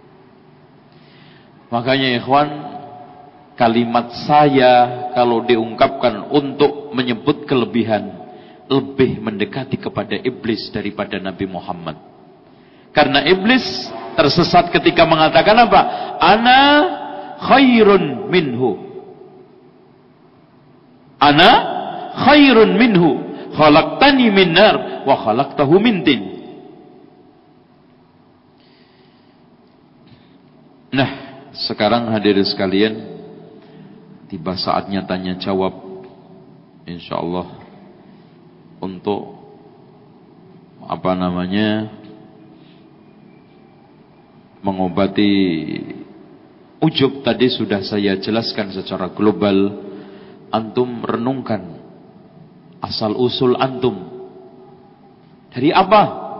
Makanya ikhwan, kalimat saya kalau diungkapkan untuk menyebut kelebihan, lebih mendekati kepada iblis daripada Nabi Muhammad. Karena iblis tersesat ketika mengatakan apa? Ana khairun minhu. Ana khairun minhu. Khalaqtani min nar wa khalaqtahu min tin. Nah, sekarang hadirin sekalian, tiba saatnya tanya jawab. Insyaallah untuk mengobati ujub tadi sudah saya jelaskan secara global. Antum renungkan asal usul antum dari apa?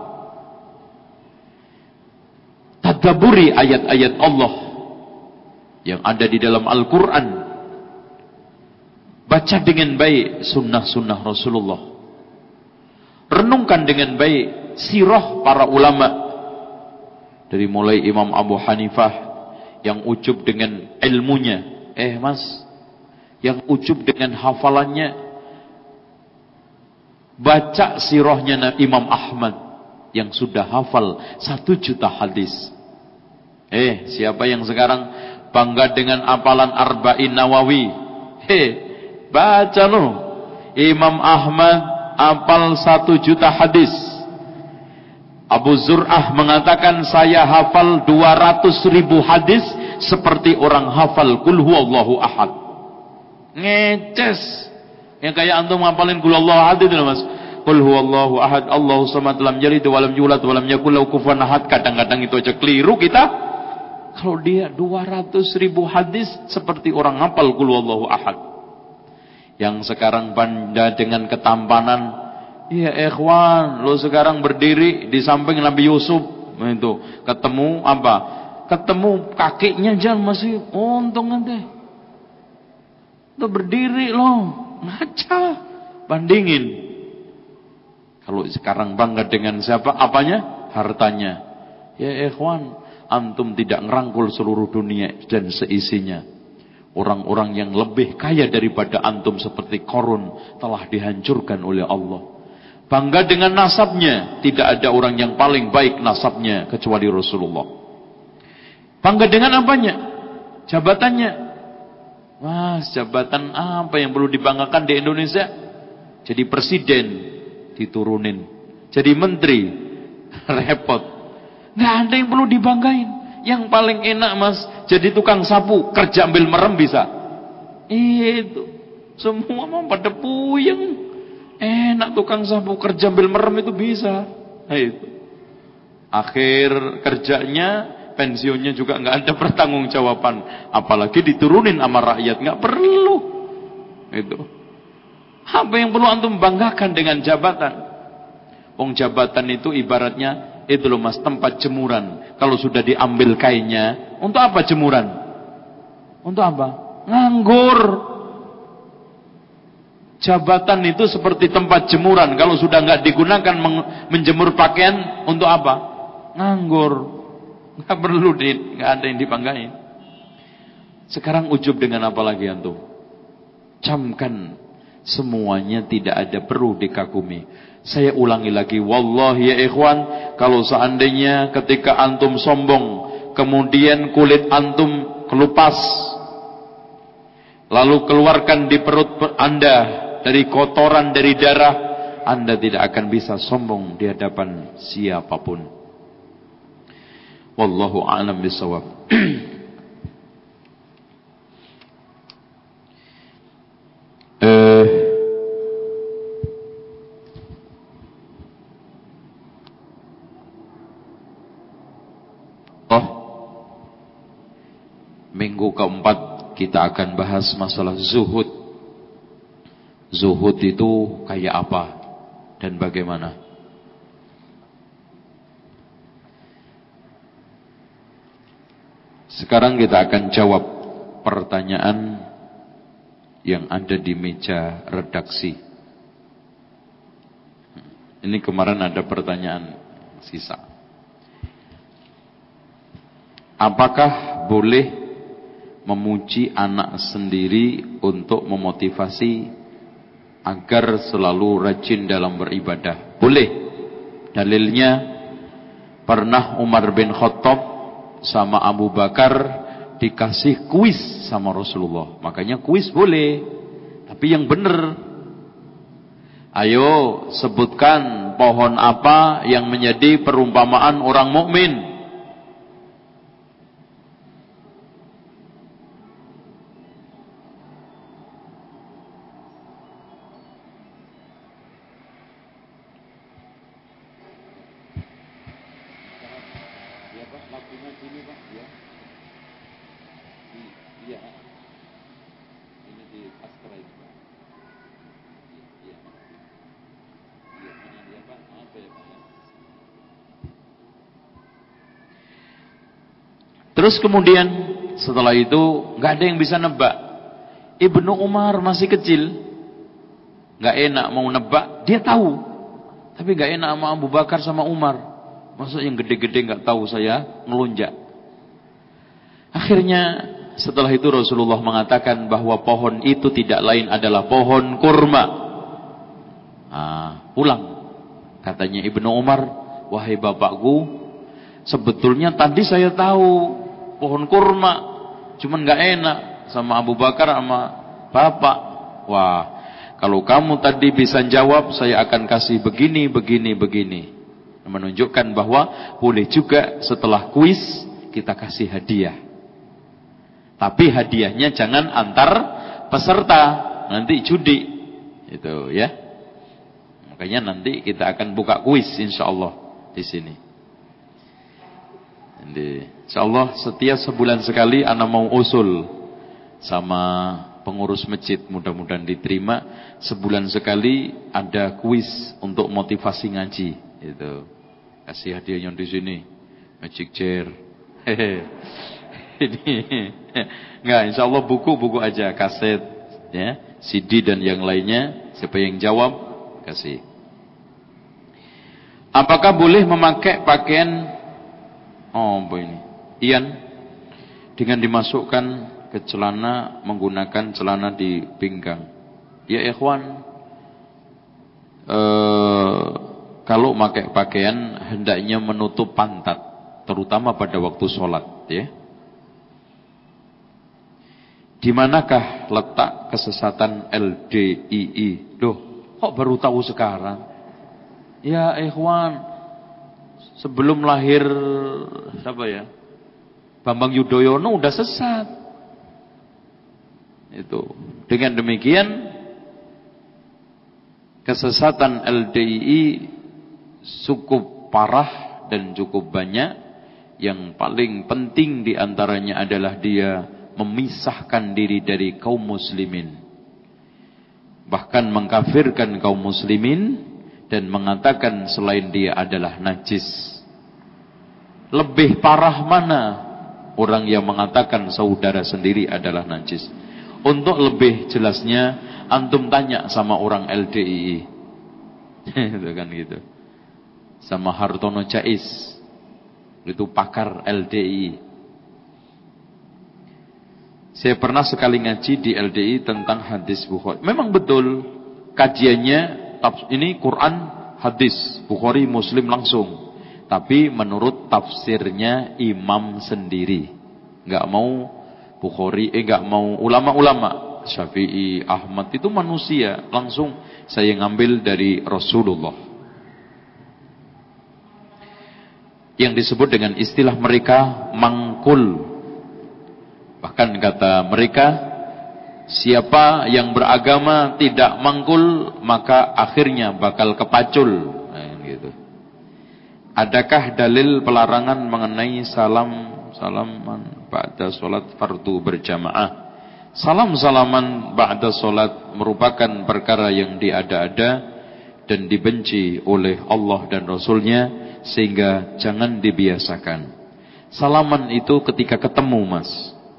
Tadabburi ayat-ayat Allah yang ada di dalam Al-Quran. Baca dengan baik sunnah-sunnah Rasulullah. Renungkan dengan baik sirah para ulama. Dari mulai Imam Abu Hanifah yang ujub dengan ilmunya. Mas, yang ujub dengan hafalannya. Baca sirahnya Imam Ahmad yang sudah hafal 1 juta hadis. Siapa yang sekarang bangga dengan hafalan Arba'in Nawawi? Baca loh. Imam Ahmad hafal 1 juta hadis. Abu Zur'ah mengatakan, saya hafal 200.000 hadis seperti orang hafal Qul huwallahu ahad. Ngeces. Yang kayak antum ngapalin Qul huwallahu ahad itu Mas. Qul huwallahu ahad, Allahu samad, lam yalid wa lam yulad wa lam yakul lahu kufuwan ahad. Kadang-kadang itu aja keliru kita. Kalau dia 200.000 hadis seperti orang hafal Qul huwallahu ahad. Yang sekarang banda dengan ketampanan, iya ikhwan, lo sekarang berdiri di samping Nabi Yusuf itu, ketemu apa? Ketemu kakinya jangan masih untung nanti. Itu berdiri lo, ngaca, bandingin. Kalau sekarang bangga dengan siapa? Apanya? Hartanya. Ya ikhwan, antum tidak ngerangkul seluruh dunia dan seisinya. Orang-orang yang lebih kaya daripada antum seperti Qarun telah dihancurkan oleh Allah. Bangga dengan nasabnya, tidak ada orang yang paling baik nasabnya kecuali Rasulullah. Bangga dengan apanya? Jabatannya. Mas, jabatan apa yang perlu dibanggakan di Indonesia? Jadi presiden diturunin, jadi menteri repot. Nggak ada yang perlu dibanggain. Yang paling enak Mas, jadi tukang sapu, kerja ambil merem bisa. Itu semua mau pada puyeng. Enak tukang sapu, kerja ambil merem itu bisa. Nah, itu. Akhir kerjanya, pensiunnya juga nggak ada pertanggungjawaban. Apalagi diturunin sama rakyat, nggak perlu. Itu. Apa yang perlu antum banggakan dengan jabatan? Wong jabatan itu ibaratnya itu loh Mas, tempat jemuran. Kalau sudah diambil kainnya, untuk apa jemuran? Untuk apa? Nganggur. Jabatan itu seperti tempat jemuran. Kalau sudah nggak digunakan menjemur pakaian, untuk apa? Nganggur. Nggak perlu, nggak ada yang dibanggain. Sekarang ujub dengan apa lagi antum? Camkan, semuanya tidak ada perlu dikagumi. Saya ulangi lagi, wallahi ya ikhwan, kalau seandainya ketika antum sombong, kemudian kulit antum kelupas, lalu keluarkan di perut Anda dari kotoran, dari darah, Anda tidak akan bisa sombong di hadapan siapapun. Wallahu a'lam bishawab. Minggu keempat kita akan bahas masalah zuhud. Zuhud itu kayak apa dan bagaimana? Sekarang kita akan jawab pertanyaan yang ada di meja redaksi. Ini kemarin ada pertanyaan sisa. Apakah boleh memuji anak sendiri untuk memotivasi agar selalu rajin dalam beribadah? Boleh. Dalilnya, pernah Umar bin Khattab sama Abu Bakar dikasih kuis sama Rasulullah. Makanya kuis boleh, tapi yang benar. Ayo sebutkan pohon apa yang menjadi perumpamaan orang mukmin. Terus kemudian setelah itu nggak ada yang bisa nebak. Ibnu Umar masih kecil, nggak enak mau nebak, dia tahu, tapi nggak enak sama Abu Bakar sama Umar. Masa yang gede-gede nggak tahu, saya ngelunjak. Akhirnya setelah itu Rasulullah mengatakan bahwa pohon itu tidak lain adalah pohon kurma. Pulang, katanya Ibnu Umar, wahai bapakku, sebetulnya tadi saya tahu pohon kurma, cuman nggak enak sama Abu Bakar sama bapak. Wah, kalau kamu tadi bisa jawab, saya akan kasih begini, begini, begini. Menunjukkan bahwa boleh juga setelah kuis kita kasih hadiah. Tapi hadiahnya jangan antar peserta, nanti judi. Itu ya. Makanya nanti kita akan buka kuis insyaallah di sini. Insyaallah setiap sebulan sekali ana mau usul sama pengurus masjid, mudah-mudahan diterima. Sebulan sekali ada kuis untuk motivasi ngaji. Itu kasih hadiahnya di sini, magic chair. Ini enggak, insyaallah buku-buku aja, kaset, ya, CD dan yang lainnya. Siapa yang jawab kasih. Apakah boleh memakai pakaian ini? Ian dengan dimasukkan ke celana menggunakan celana di pinggang. Ya ikhwan, kalau pakai pakaian hendaknya menutup pantat, terutama pada waktu sholat, ya. Di manakah letak kesesatan LDII? Loh, kok baru tahu sekarang? Ya ikhwan, sebelum lahir siapa ya? Bambang Yudhoyono udah sesat. Itu. Dengan demikian kesesatan LDII cukup parah dan cukup banyak. Yang paling penting diantaranya adalah dia memisahkan diri dari kaum muslimin, bahkan mengkafirkan kaum muslimin dan mengatakan selain dia adalah najis. Lebih parah mana orang yang mengatakan saudara sendiri adalah najis? Untuk lebih jelasnya antum tanya sama orang LDII. Itu kan gitu. Sama Hartono Jais. Itu pakar LDII. Saya pernah sekali ngaji di LDI tentang hadis Bukhari. Memang betul kajiannya ini Quran, hadis, Bukhari, Muslim langsung. Tapi menurut tafsirnya imam sendiri. Enggak mau Bukhari, enggak mau ulama-ulama. Syafi'i, Ahmad itu manusia. Langsung saya ngambil dari Rasulullah. Yang disebut dengan istilah mereka mangkul. Bahkan kata mereka, siapa yang beragama tidak mangkul, maka akhirnya bakal kepacul. Nah, gitu. Adakah dalil pelarangan mengenai salaman ba'da sholat fardu berjamaah? Salam-salaman ba'da sholat merupakan perkara yang diada-ada dan dibenci oleh Allah dan Rasulnya, sehingga jangan dibiasakan. Salaman itu ketika ketemu, mas.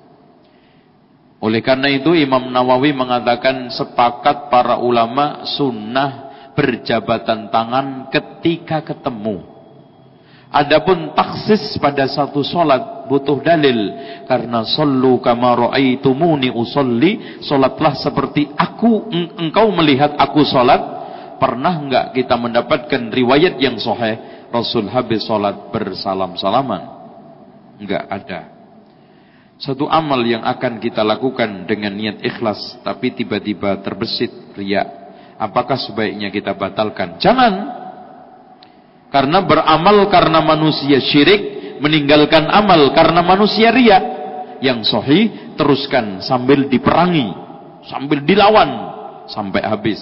Oleh karena itu Imam Nawawi mengatakan sepakat para ulama sunnah berjabatan tangan ketika ketemu. Adapun taksis pada satu solat butuh dalil, karena sallu kama ra'aitumuni usolli, solatlah seperti engkau melihat aku solat. Pernah enggak kita mendapatkan riwayat yang sahih Rasul habis solat bersalam-salaman? Enggak ada. Satu amal yang akan kita lakukan dengan niat ikhlas, tapi tiba-tiba terbesit riya, apakah sebaiknya kita batalkan? Jangan. Karena beramal karena manusia syirik, meninggalkan amal karena manusia riya. Yang sahih, teruskan sambil diperangi, sambil dilawan sampai habis.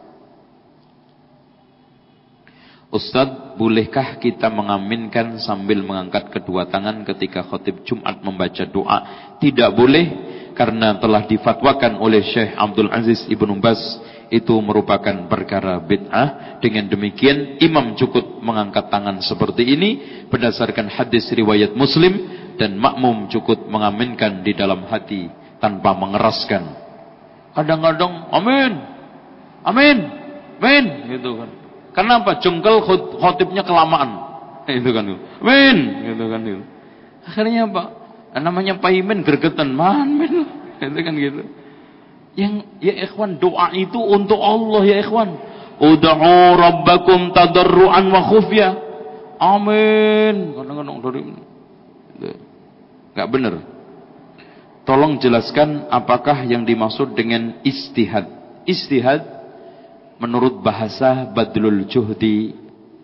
Ustadz, bolehkah kita mengaminkan sambil mengangkat kedua tangan ketika khatib Jumat membaca doa? Tidak boleh, karena telah difatwakan oleh Syekh Abdul Aziz Ibnu Baz, itu merupakan perkara bid'ah. Dengan demikian imam cukup mengangkat tangan seperti ini berdasarkan hadis riwayat Muslim, dan makmum cukup mengaminkan di dalam hati tanpa mengeraskan. Kadang-kadang amin, amin, amin, gitu kan. Kenapa? Jengkel khotibnya kelamaan. Itu kan. Amin, gitu kan. Akhirnya apa? Namanya paimen gergetan, man, itu kan gitu. Yang ya ikhwan, doa itu untuk Allah ya ikhwan. Ud'u rabbakum tadarruan wa khufya. Amin. Kadang-kadang dari enggak benar. Tolong jelaskan apakah yang dimaksud dengan istihad. Istihad menurut bahasa badlul juhdi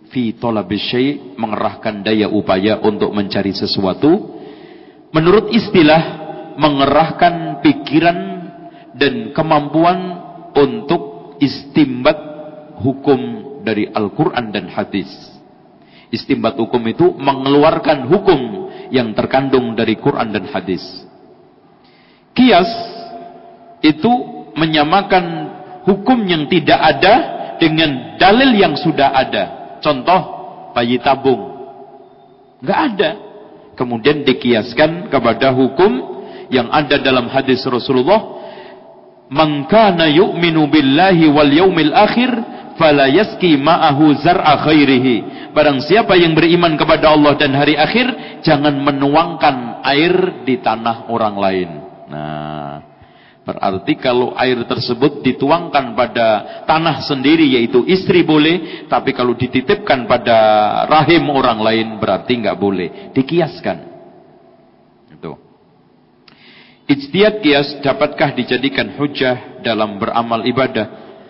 fi talabis syai', mengerahkan daya upaya untuk mencari sesuatu. Menurut istilah, mengerahkan pikiran dan kemampuan untuk istimbat hukum dari Al-Quran dan hadis. Istimbat hukum itu mengeluarkan hukum yang terkandung dari Quran dan hadis. Qiyas itu menyamakan hukum yang tidak ada dengan dalil yang sudah ada. Contoh, bayi tabung nggak ada, kemudian dikiaskan kepada hukum yang ada dalam hadis Rasulullah, man kana yu'minu billahi wal yaumil akhir fala yaski ma'ahu zar'a khairihi. Barang siapa yang beriman kepada Allah dan hari akhir, jangan menuangkan air di tanah orang lain. Nah, berarti kalau air tersebut dituangkan pada tanah sendiri, yaitu istri, boleh. Tapi kalau dititipkan pada rahim orang lain, berarti nggak boleh. Dikiaskan. Itu. Ijtihad qiyas dapatkah dijadikan hujjah dalam beramal ibadah?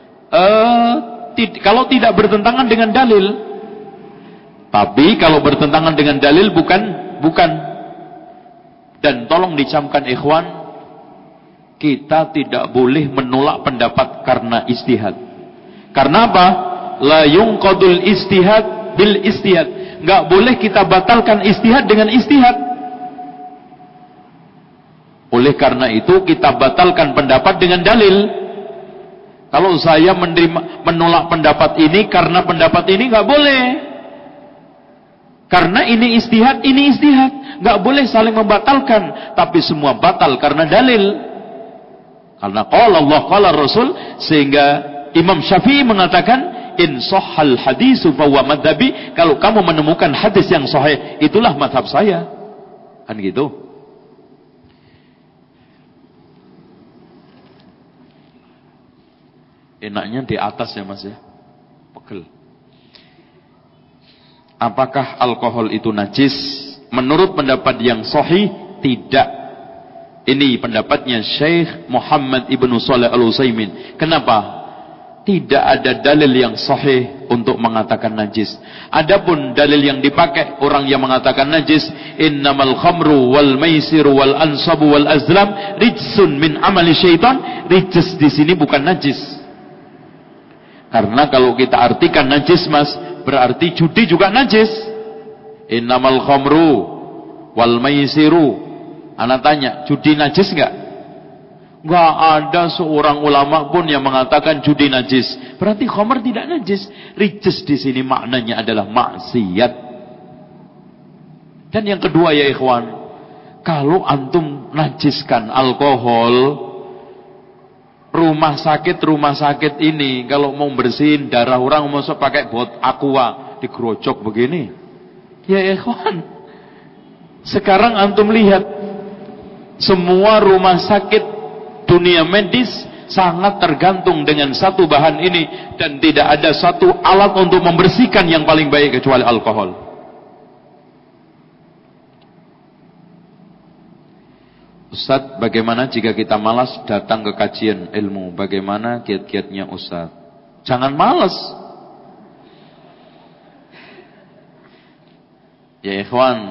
Kalau tidak bertentangan dengan dalil. Tapi kalau bertentangan dengan dalil, bukan. Dan tolong dicamkan ikhwan, kita tidak boleh menolak pendapat karena istihad. Karena apa? La yunqadul istihad bil istihad. Enggak boleh kita batalkan istihad dengan istihad. Oleh karena itu kita batalkan pendapat dengan dalil. Kalau saya menolak pendapat ini karena pendapat ini, enggak boleh. Karena ini istihad, ini istihad. Enggak boleh saling membatalkan, tapi semua batal karena dalil. Karena qala Allah qala Rasul, sehingga Imam Syafi'i mengatakan in sahhal hadisu fa huwa madhabi. Kalau kamu menemukan hadis yang sahih, itulah mazhab saya. Kan gitu. Enaknya di atas ya Mas ya. Pegel. Apakah alkohol itu najis? Menurut pendapat yang sahih, tidak. Ini pendapatnya Syekh Muhammad Ibnu Shalih Al-Utsaimin. Kenapa? Tidak ada dalil yang sahih untuk mengatakan najis. Adapun dalil yang dipakai orang yang mengatakan najis, innamal khamru wal maisiru wal ansabu wal azlam rijsun min amali syaitan. Rijs di sini bukan najis. Karena kalau kita artikan najis Mas, berarti judi juga najis. Innamal khamru wal maisiru. Anak tanya, judi najis enggak? Enggak ada seorang ulama pun yang mengatakan judi najis. Berarti khamr tidak najis. Rijs di sini maknanya adalah maksiat. Dan yang kedua ya ikhwan, kalau antum najiskan alkohol, rumah sakit ini kalau mau bersihin darah orang, mau pakai bot aqua, digerocok begini. Ya ikhwan, sekarang antum lihat, semua rumah sakit dunia medis sangat tergantung dengan satu bahan ini, dan tidak ada satu alat untuk membersihkan yang paling baik kecuali alkohol. Ustaz, bagaimana jika kita malas datang ke kajian ilmu? Bagaimana kiat-kiatnya Ustaz? Jangan malas. Ya ikhwan,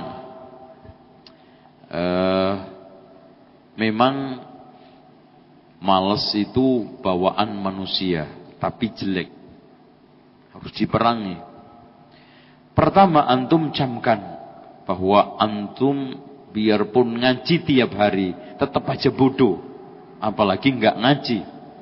memang malas itu bawaan manusia, tapi jelek. Harus diperangi. Pertama, antum camkan bahwa antum biarpun ngaji tiap hari, tetap aja bodoh. Apalagi enggak ngaji.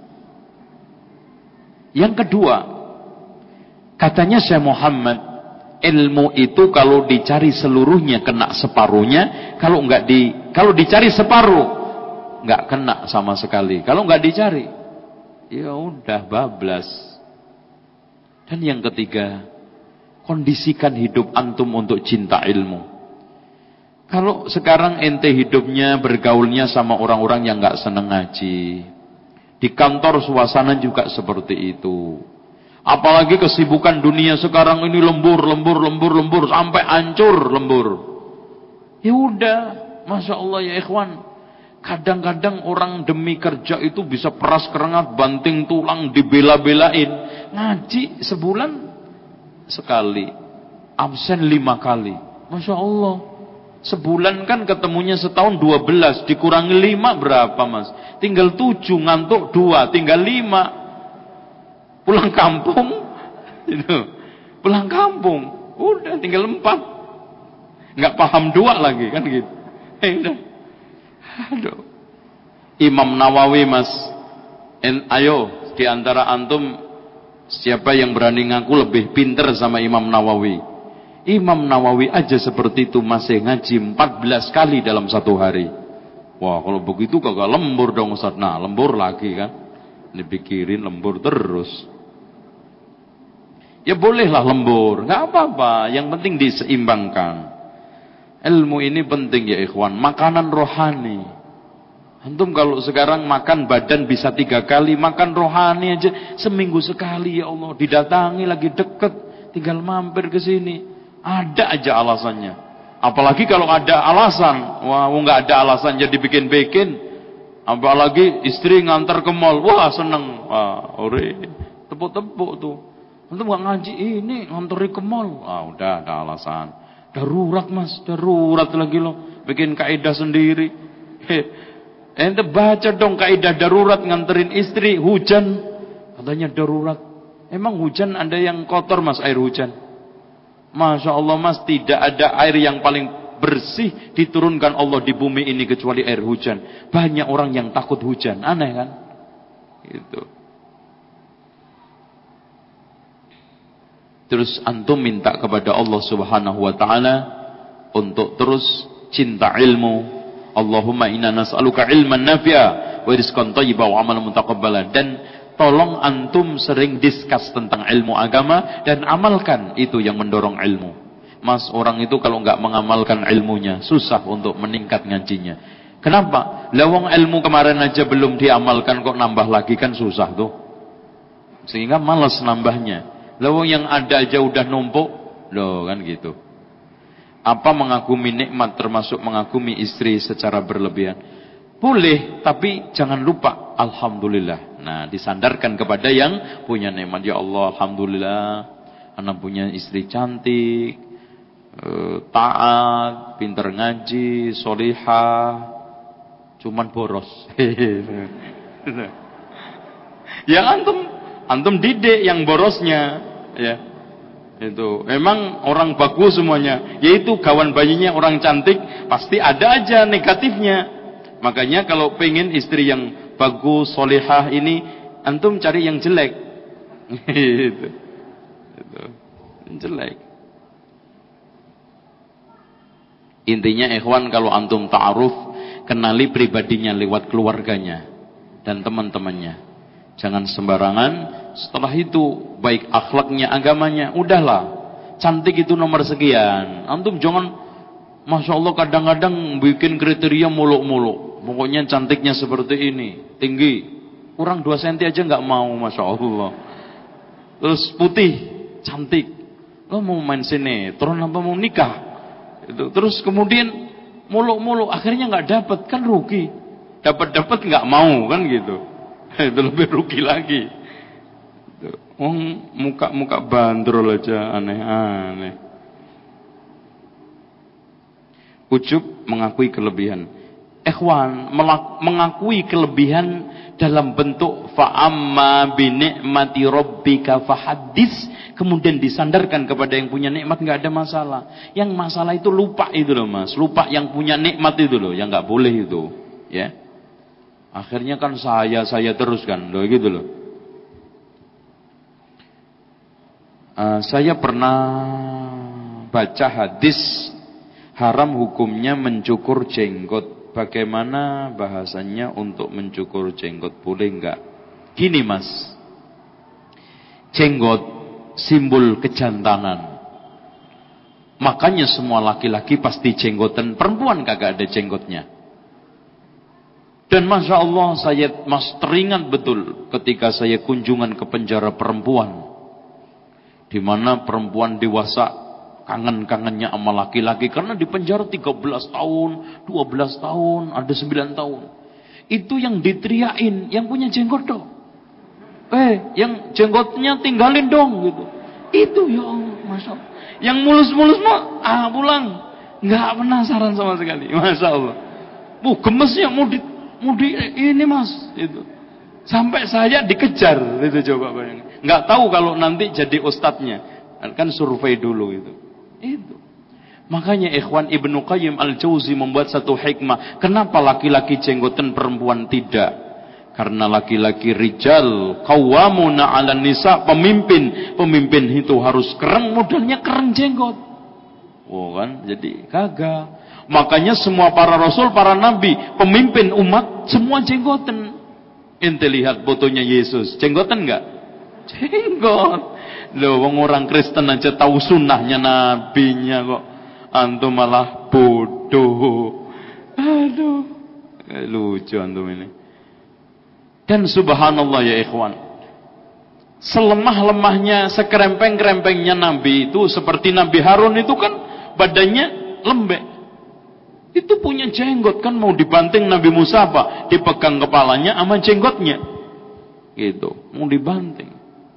Yang kedua, katanya Syekh Muhammad, ilmu itu kalau dicari seluruhnya kena separuhnya, kalau dicari separuh enggak kena sama sekali. Kalau enggak dicari, ya udah bablas. Dan yang ketiga, kondisikan hidup antum untuk cinta ilmu. Kalau sekarang ente hidupnya bergaulnya sama orang-orang yang nggak seneng ngaji, di kantor suasana juga seperti itu. Apalagi kesibukan dunia sekarang ini lembur sampai hancur lembur. Ya udah, masya Allah ya ikhwan. Kadang-kadang orang demi kerja itu bisa peras keringat, banting tulang, dibela-belain. Ngaji sebulan sekali, absen 5 kali. Masya Allah. Sebulan kan ketemunya setahun 12, dikurangi 5 berapa mas? Tinggal 7, ngantuk 2, tinggal 5. Pulang kampung, itu. Pulang kampung, udah tinggal 4. Nggak paham 2 lagi kan gitu. Udah. Aduh. Imam Nawawi mas, ayo di antara antum siapa yang berani ngaku lebih pinter sama Imam Nawawi? Imam Nawawi aja seperti itu masih ngaji 14 kali dalam 1 hari. Wah kalau begitu kagak lembur dong Ustaz. Nah lembur lagi kan. Dipikirin lembur terus. Ya bolehlah lembur, nggak apa-apa. Yang penting diseimbangkan. Ilmu ini penting ya ikhwan. Makanan rohani. Antum kalau sekarang makan badan bisa 3 kali, makan rohani aja seminggu sekali ya Allah. Didatangi lagi deket, tinggal mampir ke sini. Ada aja alasannya. Apalagi kalau ada alasan, wah nggak ada alasan jadi bikin-bikin. Apalagi istri ngantar ke mall, wah seneng, wah ore, tepuk-tepuk tuh. Antum nggak ngaji ini nganteri ke mall, ah udah ada alasan. Darurat mas, darurat lagi loh, bikin kaidah sendiri. Ente baca dong kaidah darurat nganterin istri, hujan, katanya darurat. Emang hujan ada yang kotor mas air hujan? Masya Allah mas, tidak ada air yang paling bersih diturunkan Allah di bumi ini kecuali air hujan. Banyak orang yang takut hujan, aneh kan? Gitu. Terus antum minta kepada Allah Subhanahu wa taala untuk terus cinta ilmu. Allahumma inna nas'aluka ilman nafi'a wa rizqan thayyiban wa amalan mutaqabbalan. Dan tolong antum sering diskus tentang ilmu agama dan amalkan itu yang mendorong ilmu. Mas, orang itu kalau nggak mengamalkan ilmunya susah untuk meningkat ngajinya. Kenapa? Lawang ilmu kemarin aja belum diamalkan kok nambah lagi kan susah tuh. Sehingga malas nambahnya. Lawang yang ada aja udah numpuk, loh kan gitu. Apa mengagumi nikmat termasuk mengagumi istri secara berlebihan? Boleh, tapi jangan lupa alhamdulillah. Nah, disandarkan kepada yang punya nikmat. Ya Allah, alhamdulillah, anak punya istri cantik, taat, pinter ngaji, solihah, cuman boros. Ya antum didik yang borosnya, ya. Itu memang orang bagus semuanya, yaitu kawan bayinya orang cantik, pasti ada aja negatifnya. Makanya kalau pengen istri yang bagus, solihah ini, antum cari yang jelek. Itu. Jelek. Intinya ikhwan, kalau antum ta'aruf, kenali pribadinya lewat keluarganya dan teman-temannya. Jangan sembarangan. Setelah itu baik akhlaknya, agamanya, udahlah. Cantik itu nomor sekian. Antum jangan, masya Allah kadang-kadang bikin kriteria muluk-muluk. Pokoknya cantiknya seperti ini, tinggi, kurang 2 cm aja nggak mau, masya Allah. Terus putih, cantik. Lo mau main sinetron apa mau nikah? Itu. Terus kemudian muluk-muluk, akhirnya nggak dapat, kan rugi. Dapat nggak mau kan gitu. Itu lebih rugi lagi. Muka bandrol aja aneh-aneh. Ujub mengakui kelebihan. Ikhwan, mengakui kelebihan dalam bentuk fa'amma binikmati rabbika fahaddits, kemudian disandarkan kepada yang punya nikmat, nggak ada masalah. Yang masalah itu lupa itu loh mas, lupa yang punya nikmat itu loh, yang nggak boleh itu, ya. Akhirnya kan saya terus kan, loh gitu loh. Saya pernah baca hadis haram hukumnya mencukur jenggot. Bagaimana bahasanya untuk mencukur jenggot, boleh enggak? Gini mas, jenggot simbol kejantanan. Makanya semua laki-laki pasti jenggotan, perempuan kagak ada jenggotnya. Dan masya Allah saya teringat betul ketika saya kunjungan ke penjara perempuan, di mana perempuan dewasa kangen-kangennya sama laki-laki karena di penjara 13 tahun, 12 tahun, ada 9 tahun. Itu yang diteriakin yang punya jenggot dong. Yang jenggotnya tinggalin dong gitu. Itu ya Allah. Masya Allah. Yang mulus-mulus mah pulang, nggak penasaran sama sekali. Masya Allah. Gemesnya mau di ini mas, itu. Sampai saya dikejar, itu coba bayangin. Nggak tahu kalau nanti jadi ustadznya, kan survei dulu itu. Itu. Makanya ikhwan, Ibnu Qayyim Al-Jauzi membuat satu hikmah. Kenapa laki-laki jenggotan, perempuan tidak? Karena laki-laki rijal qawwamuna 'alan nisa, pemimpin itu harus kereng, modalnya kereng jenggot. Oh kan, jadi kagak. Makanya semua para rasul, para nabi, pemimpin umat semua jenggotan. Ente lihat fotonya Yesus, jenggotan enggak? Jenggot. Loh, orang Kristen aja tahu sunnahnya nabinya kok. Antum malah bodoh. Aduh, lucu antum ini. Dan subhanallah ya ikhwan, selemah-lemahnya, sekerempeng-kerempengnya Nabi itu, seperti Nabi Harun itu kan badannya lembek, itu punya jenggot kan, mau dibanting Nabi Musa apa? Dipegang kepalanya sama jenggotnya gitu, mau dibanting.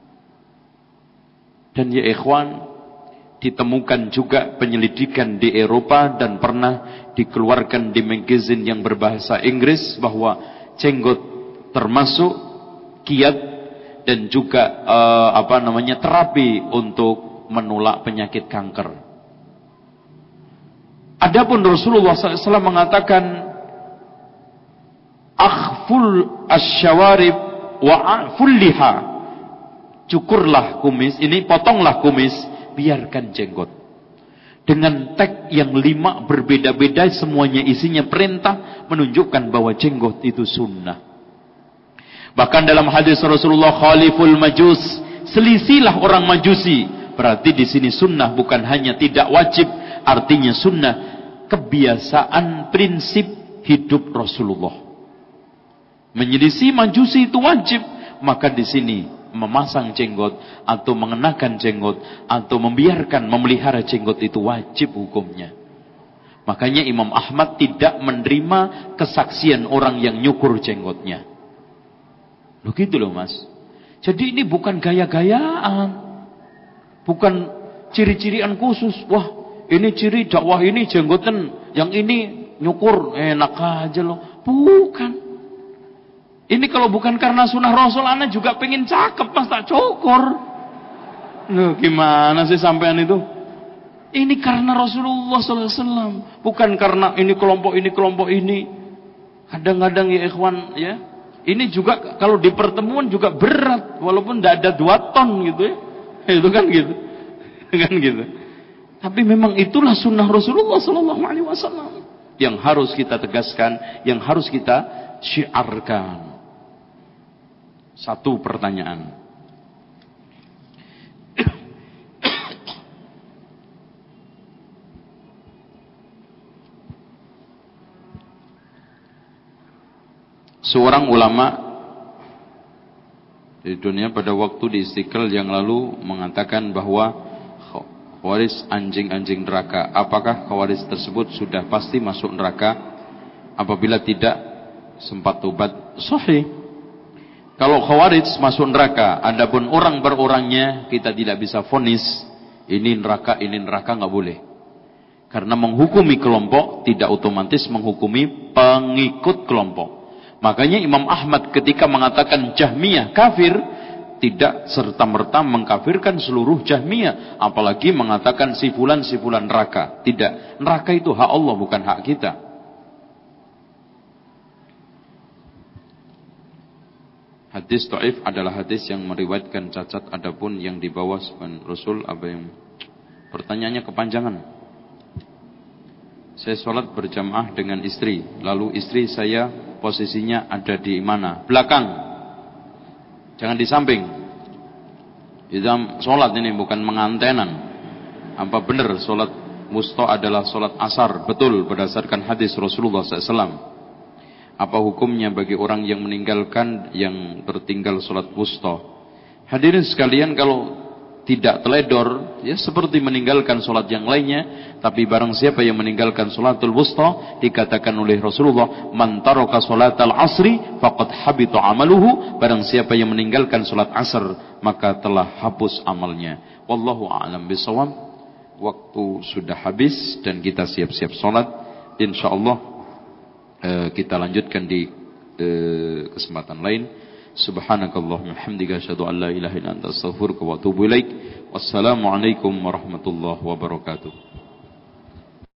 Dan ya ikhwan, ditemukan juga penyelidikan di Eropa dan pernah dikeluarkan di magazine yang berbahasa Inggris bahwa jenggot termasuk kiat dan juga terapi untuk menolak penyakit kanker. Adapun Rasulullah SAW mengatakan akhful asyawarib wa a'ful liha, cukurlah kumis, ini potonglah kumis, biarkan jenggot. Dengan tag yang 5 berbeda-beda, semuanya isinya perintah menunjukkan bahwa jenggot itu sunnah. Bahkan dalam hadis Rasulullah, khaliful majus, selisilah orang majusi. Berarti di sini sunnah bukan hanya tidak wajib, artinya sunnah kebiasaan prinsip hidup Rasulullah. Menyelisih majusi itu wajib, maka di sini memasang jenggot atau mengenakan jenggot atau membiarkan memelihara jenggot itu wajib hukumnya. Makanya Imam Ahmad tidak menerima kesaksian orang yang nyukur jenggotnya. Loh gitu loh mas. Jadi ini bukan gaya-gayaan, bukan ciri-cirian khusus. Wah ini ciri dakwah ini jenggotan, yang ini nyukur, enak aja loh. Bukan. Ini kalau bukan karena sunnah Rasul, ana juga pengen cakep mas, tak cukur. Loh gimana sih sampean itu? Ini karena Rasulullah SAW, bukan karena ini kelompok ini. Kadang-kadang ya ikhwan ya, ini juga kalau di pertemuan juga berat, walaupun tidak ada 2 ton gitu ya. Itu kan gitu. Kan gitu. Tapi memang itulah sunnah Rasulullah SAW yang harus kita tegaskan, yang harus kita syiarkan. Satu pertanyaan. Seorang ulama di dunia pada waktu di Istiqlal yang lalu mengatakan bahwa khawarij anjing-anjing neraka. Apakah khawarij tersebut sudah pasti masuk neraka apabila tidak sempat tobat? Sahih. Kalau khawarij masuk neraka, adapun orang berorangnya kita tidak bisa vonis ini neraka nggak boleh. Karena menghukumi kelompok tidak otomatis menghukumi pengikut kelompok. Makanya Imam Ahmad ketika mengatakan Jahmiyah kafir, tidak serta-merta mengkafirkan seluruh Jahmiyah, apalagi mengatakan si fulan neraka. Tidak, neraka itu hak Allah bukan hak kita. Hadis dhaif adalah hadis yang meriwayatkan cacat, adapun yang dibawa sebagai Rasul apa yang pertanyaannya kepanjangan. Saya sholat berjamaah dengan istri, lalu istri saya posisinya ada di mana? Belakang. Jangan di samping. Di dalam sholat ini bukan mengantenan. Apa benar sholat wusta adalah sholat asar? Betul berdasarkan hadis Rasulullah SAW. Apa hukumnya bagi orang yang meninggalkan, yang tertinggal sholat wusta? Hadirin sekalian, kalau tidak teledor, ya seperti meninggalkan sholat yang lainnya. Tapi barang siapa yang meninggalkan sholatul wusta, dikatakan oleh Rasulullah, man taraka sholatal asri faqad habita amaluhu. Barang siapa yang meninggalkan sholat asar, maka telah hapus amalnya. Wallahu a'lam bishawab. Waktu sudah habis dan kita siap-siap salat. Insyaallah kita lanjutkan di kesempatan lain. Subhanakallahumma hamdika asyhadu an la ilaha illa anta astaghfiruka wa atubu ilaik. Wassalamualaikum warahmatullahi wabarakatuh.